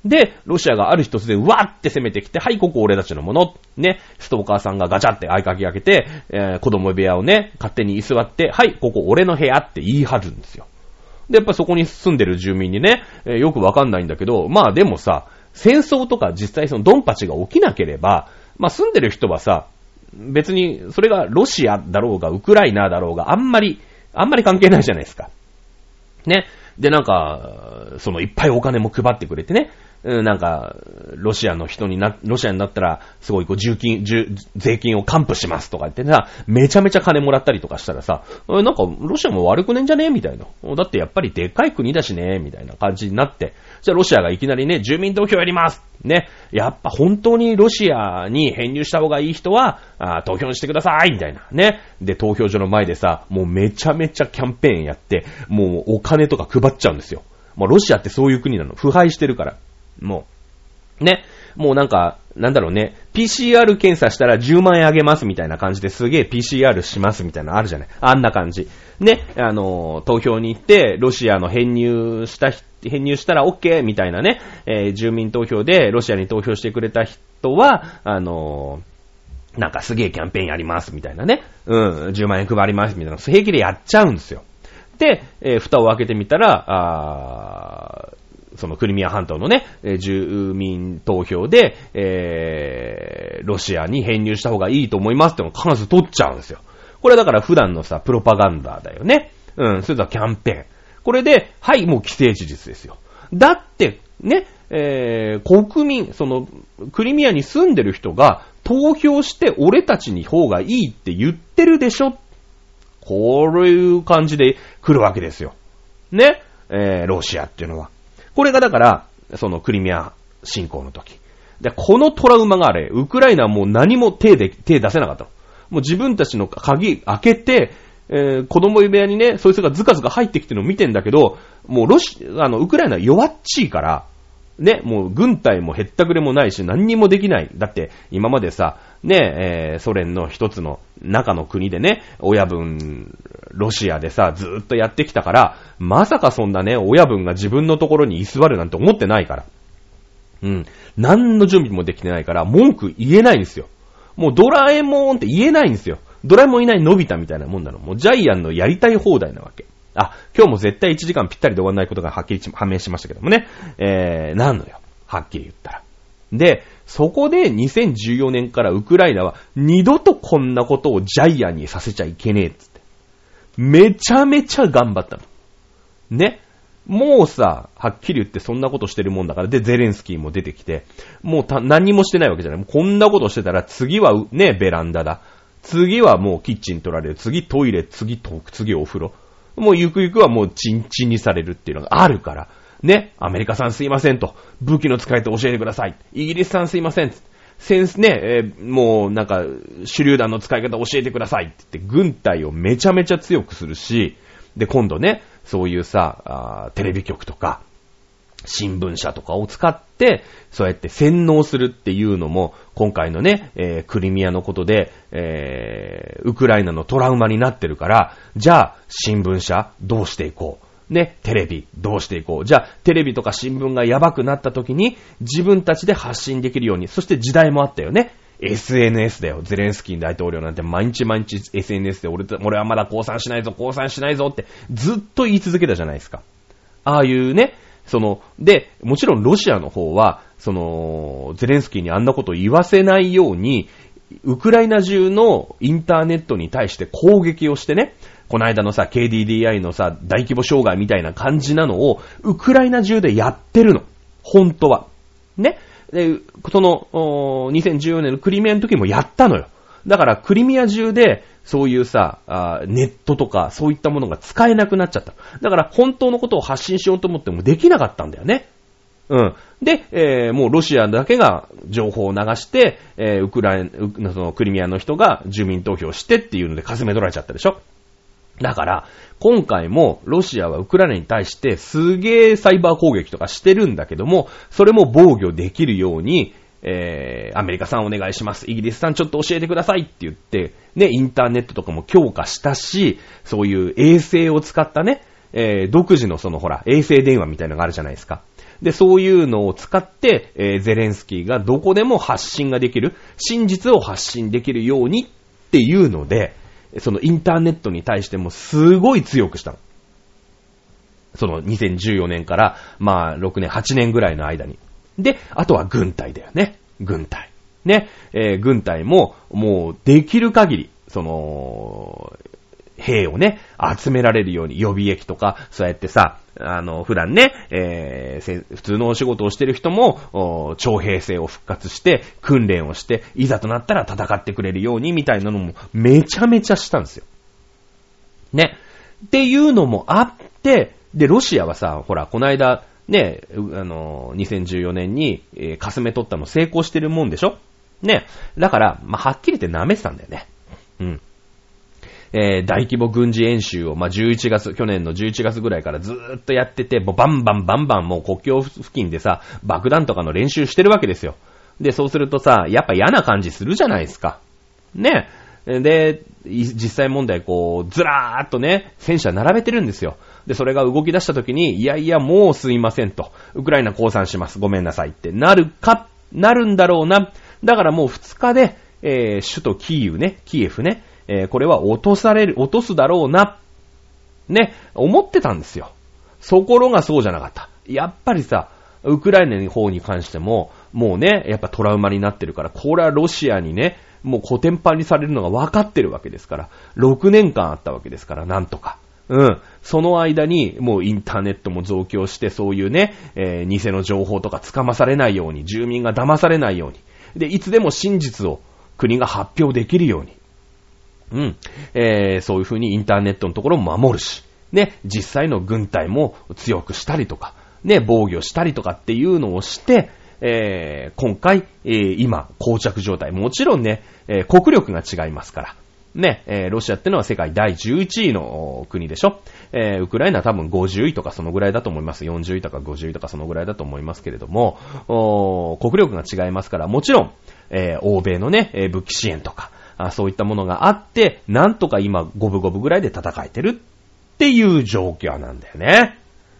で、ロシアがある日突然わーって攻めてきて、はい、ここ俺たちのもの。ね、ストーカーさんがガチャって合鍵開けて、子供部屋をね、勝手に居座って、はい、ここ俺の部屋って言い張るんですよ。で、やっぱそこに住んでる住民にね、よくわかんないんだけど、まあでもさ、戦争とか実際そのドンパチが起きなければ、まあ住んでる人はさ、別にそれがロシアだろうがウクライナだろうがあんまり関係ないじゃないですか。ね。で、なんか、そのいっぱいお金も配ってくれてね、なんか、ロシアになったら、すごいこう税金を還付しますとか言ってさ、めちゃめちゃ金もらったりとかしたらさ、なんか、ロシアも悪くねんじゃねみたいな。だってやっぱりでっかい国だしねみたいな感じになって、じゃあロシアがいきなりね、住民投票やりますね。やっぱ本当にロシアに編入した方がいい人は、投票してくださいみたいな。ね。で、投票所の前でさ、もうめちゃめちゃキャンペーンやって、もうお金とか配っちゃうんですよ。もうロシアってそういう国なの。腐敗してるから。もう、ね。もうなんか、なんだろうね。PCR 検査したら10万円あげますみたいな感じですげえ PCR しますみたいなのあるじゃない。あんな感じ。ね。投票に行って、ロシアの編入したら OK みたいなね。住民投票でロシアに投票してくれた人は、なんかすげえキャンペーンやりますみたいなね。10万円配りますみたいな。平気でやっちゃうんですよ。で、蓋を開けてみたら、そのクリミア半島のね、住民投票で、ロシアに編入した方がいいと思いますってのを必ず取っちゃうんですよ。これだから普段のさ、プロパガンダだよね。それとはキャンペーン。これで、はい、もう既成事実ですよ。だって、ね、国民、その、クリミアに住んでる人が投票して俺たちに方がいいって言ってるでしょ。こういう感じで来るわけですよ。ね、ロシアっていうのは。これがだから、そのクリミア侵攻の時。で、このトラウマがあれ、ウクライナはもう何も手出せなかったの。もう自分たちの鍵開けて、子供部屋にね、そいつがズカズカ入ってきてるのを見てんだけど、もうウクライナは弱っちいから、ね、もう軍隊もへったくれもないし何にもできない。だって今までさ、ね、ソ連の一つの中の国でね、親分ロシアでさ、ずーっとやってきたから、まさかそんなね、親分が自分のところに居座るなんて思ってないから。何の準備もできてないから文句言えないんですよ。もうドラえもんって言えないんですよ。ドラえもんいないのび太みたいなもんなの。もうジャイアンのやりたい放題なわけ。今日も絶対1時間ぴったりで終わらないことがはっきり判明しましたけどもね。なんのよ。はっきり言ったら。で、そこで2014年からウクライナは二度とこんなことをジャイアンにさせちゃいけねえっつって。めちゃめちゃ頑張ったの。ね。もうさ、はっきり言ってそんなことしてるもんだから。で、ゼレンスキーも出てきて、もう何もしてないわけじゃない。もうこんなことしてたら次はね、ベランダだ。次はもうキッチン取られる。次トイレ、次お風呂。もうゆくゆくはもうチンチンにされるっていうのがあるから。ね、アメリカさんすいませんと。武器の使い方教えてください。イギリスさんすいません。もうなんか手榴弾の使い方教えてくださいって言って軍隊をめちゃめちゃ強くするし、で今度ね、そういうさ、テレビ局とか新聞社とかを使ってそうやって洗脳するっていうのも今回のね、クリミアのことで、ウクライナのトラウマになってるから、じゃあ新聞社どうしていこうね、テレビどうしていこう。じゃあテレビとか新聞がやばくなった時に自分たちで発信できるように。そして時代もあったよね。SNS だよ。ゼレンスキー大統領なんて毎日 SNS で俺はまだ降参しないぞってずっと言い続けたじゃないですか。ああいうね、で、もちろんロシアの方は、ゼレンスキーにあんなことを言わせないように、ウクライナ中のインターネットに対して攻撃をしてね、この間のさ、KDDI のさ、大規模障害みたいな感じなのを、ウクライナ中でやってるの。本当は。ね。で、2014年のクリミアの時もやったのよ。だから、クリミア中で、そういうさ、ネットとか、そういったものが使えなくなっちゃった。だから、本当のことを発信しようと思ってもできなかったんだよね。で、もうロシアだけが情報を流して、クリミアの人が住民投票してっていうので、かすめ取られちゃったでしょ。だから、今回もロシアはウクライナに対してすげーサイバー攻撃とかしてるんだけども、それも防御できるように、アメリカさんお願いします。イギリスさんちょっと教えてくださいって言って、ね、インターネットとかも強化したし、そういう衛星を使ったね、独自の衛星電話みたいなのがあるじゃないですか。 で、そういうのを使って、ゼレンスキーがどこでも発信ができる、真実を発信できるようにっていうので、そのインターネットに対してもすごい強くしたの。その2014年から、6年、8年ぐらいの間に。で、あとは軍隊だよね。軍隊。ね。軍隊も、もうできる限り、兵をね、集められるように予備役とか、そうやってさ、普段ね、普通のお仕事をしてる人も、徴兵制を復活して、訓練をして、いざとなったら戦ってくれるように、みたいなのも、めちゃめちゃしたんですよ。ね。っていうのもあって、で、ロシアはさ、ほら、この間、ね、2014年に、かすめ取ったの成功してるもんでしょ？ね。だから、はっきり言って舐めてたんだよね。うん。大規模軍事演習を、去年の11月ぐらいからずーっとやってて、もうバンバンもう国境付近でさ、爆弾とかの練習してるわけですよ。で、そうするとさ、やっぱ嫌な感じするじゃないですか。ね。で、実際問題ずらーっとね、戦車並べてるんですよ。で、それが動き出した時に、いや、もうすいませんと。ウクライナ降参します。ごめんなさいってなるんだろうな。だからもう2日で、首都キエフね、これは落とすだろうな。ね、思ってたんですよ。ところがそうじゃなかった。やっぱりさ、ウクライナの方に関しても、もうね、やっぱトラウマになってるから、これはロシアにね、もうコテンパンにされるのが分かってるわけですから、6年間あったわけですから、なんとか。うん。その間に、もうインターネットも増強して、そういうね、偽の情報とかつかまされないように、住民が騙されないように。で、いつでも真実を国が発表できるように。うん。そういう風にインターネットのところも守るし、ね、実際の軍隊も強くしたりとか、ね、防御したりとかっていうのをして、今回、今、膠着状態。もちろんね、国力が違いますから。ね、ロシアってのは世界第11位の国でしょ。ウクライナは多分50位とかそのぐらいだと思います。40位とか50位とかそのぐらいだと思いますけれども、国力が違いますから、もちろん、欧米のね、武器支援とか、そういったものがあって、なんとか今、五分五分ぐらいで戦えてるっていう状況なんだよね。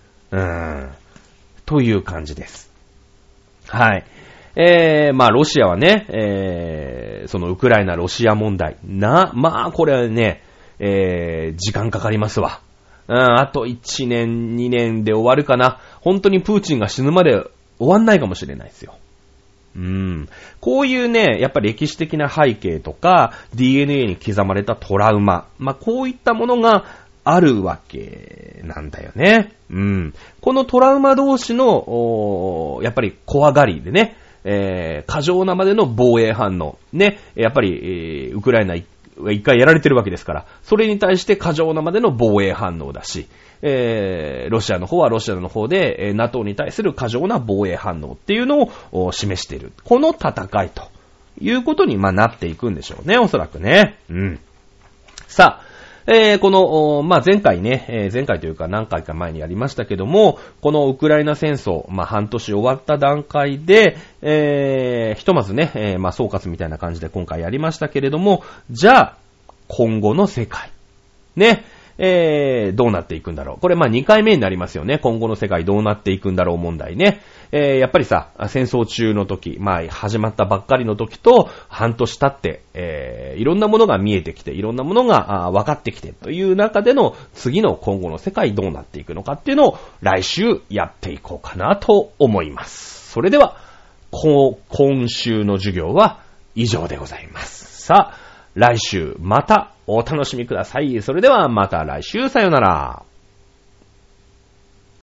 という感じです。はい。ロシアはね、そのウクライナ、ロシア問題。これはね、時間かかりますわ。あと1年、2年で終わるかな。本当にプーチンが死ぬまで終わんないかもしれないですよ。こういうね、やっぱり歴史的な背景とか、DNA に刻まれたトラウマ。こういったものがあるわけなんだよね。このトラウマ同士の、やっぱり怖がりでね、過剰なまでの防衛反応。ね、やっぱり、ウクライナ一回やられてるわけですから、それに対して過剰なまでの防衛反応だし、ロシアの方はロシアの方で、NATO に対する過剰な防衛反応っていうのを示している。この戦いということになっていくんでしょうね、おそらくね。さあ、この、前回ね、前回というか何回か前にやりましたけども、このウクライナ戦争、半年終わった段階で、ひとまずね、総括みたいな感じで今回やりましたけれども、じゃあ、今後の世界。ね、どうなっていくんだろう。これ2回目になりますよね。今後の世界どうなっていくんだろう問題ね。やっぱりさ、戦争中の時、始まったばっかりの時と半年経って、いろんなものが見えてきて、いろんなものが分かってきてという中での次の今後の世界どうなっていくのかっていうのを来週やっていこうかなと思います。それでは、今週の授業は以上でございます。さあ、来週またお楽しみください。それではまた来週さよなら。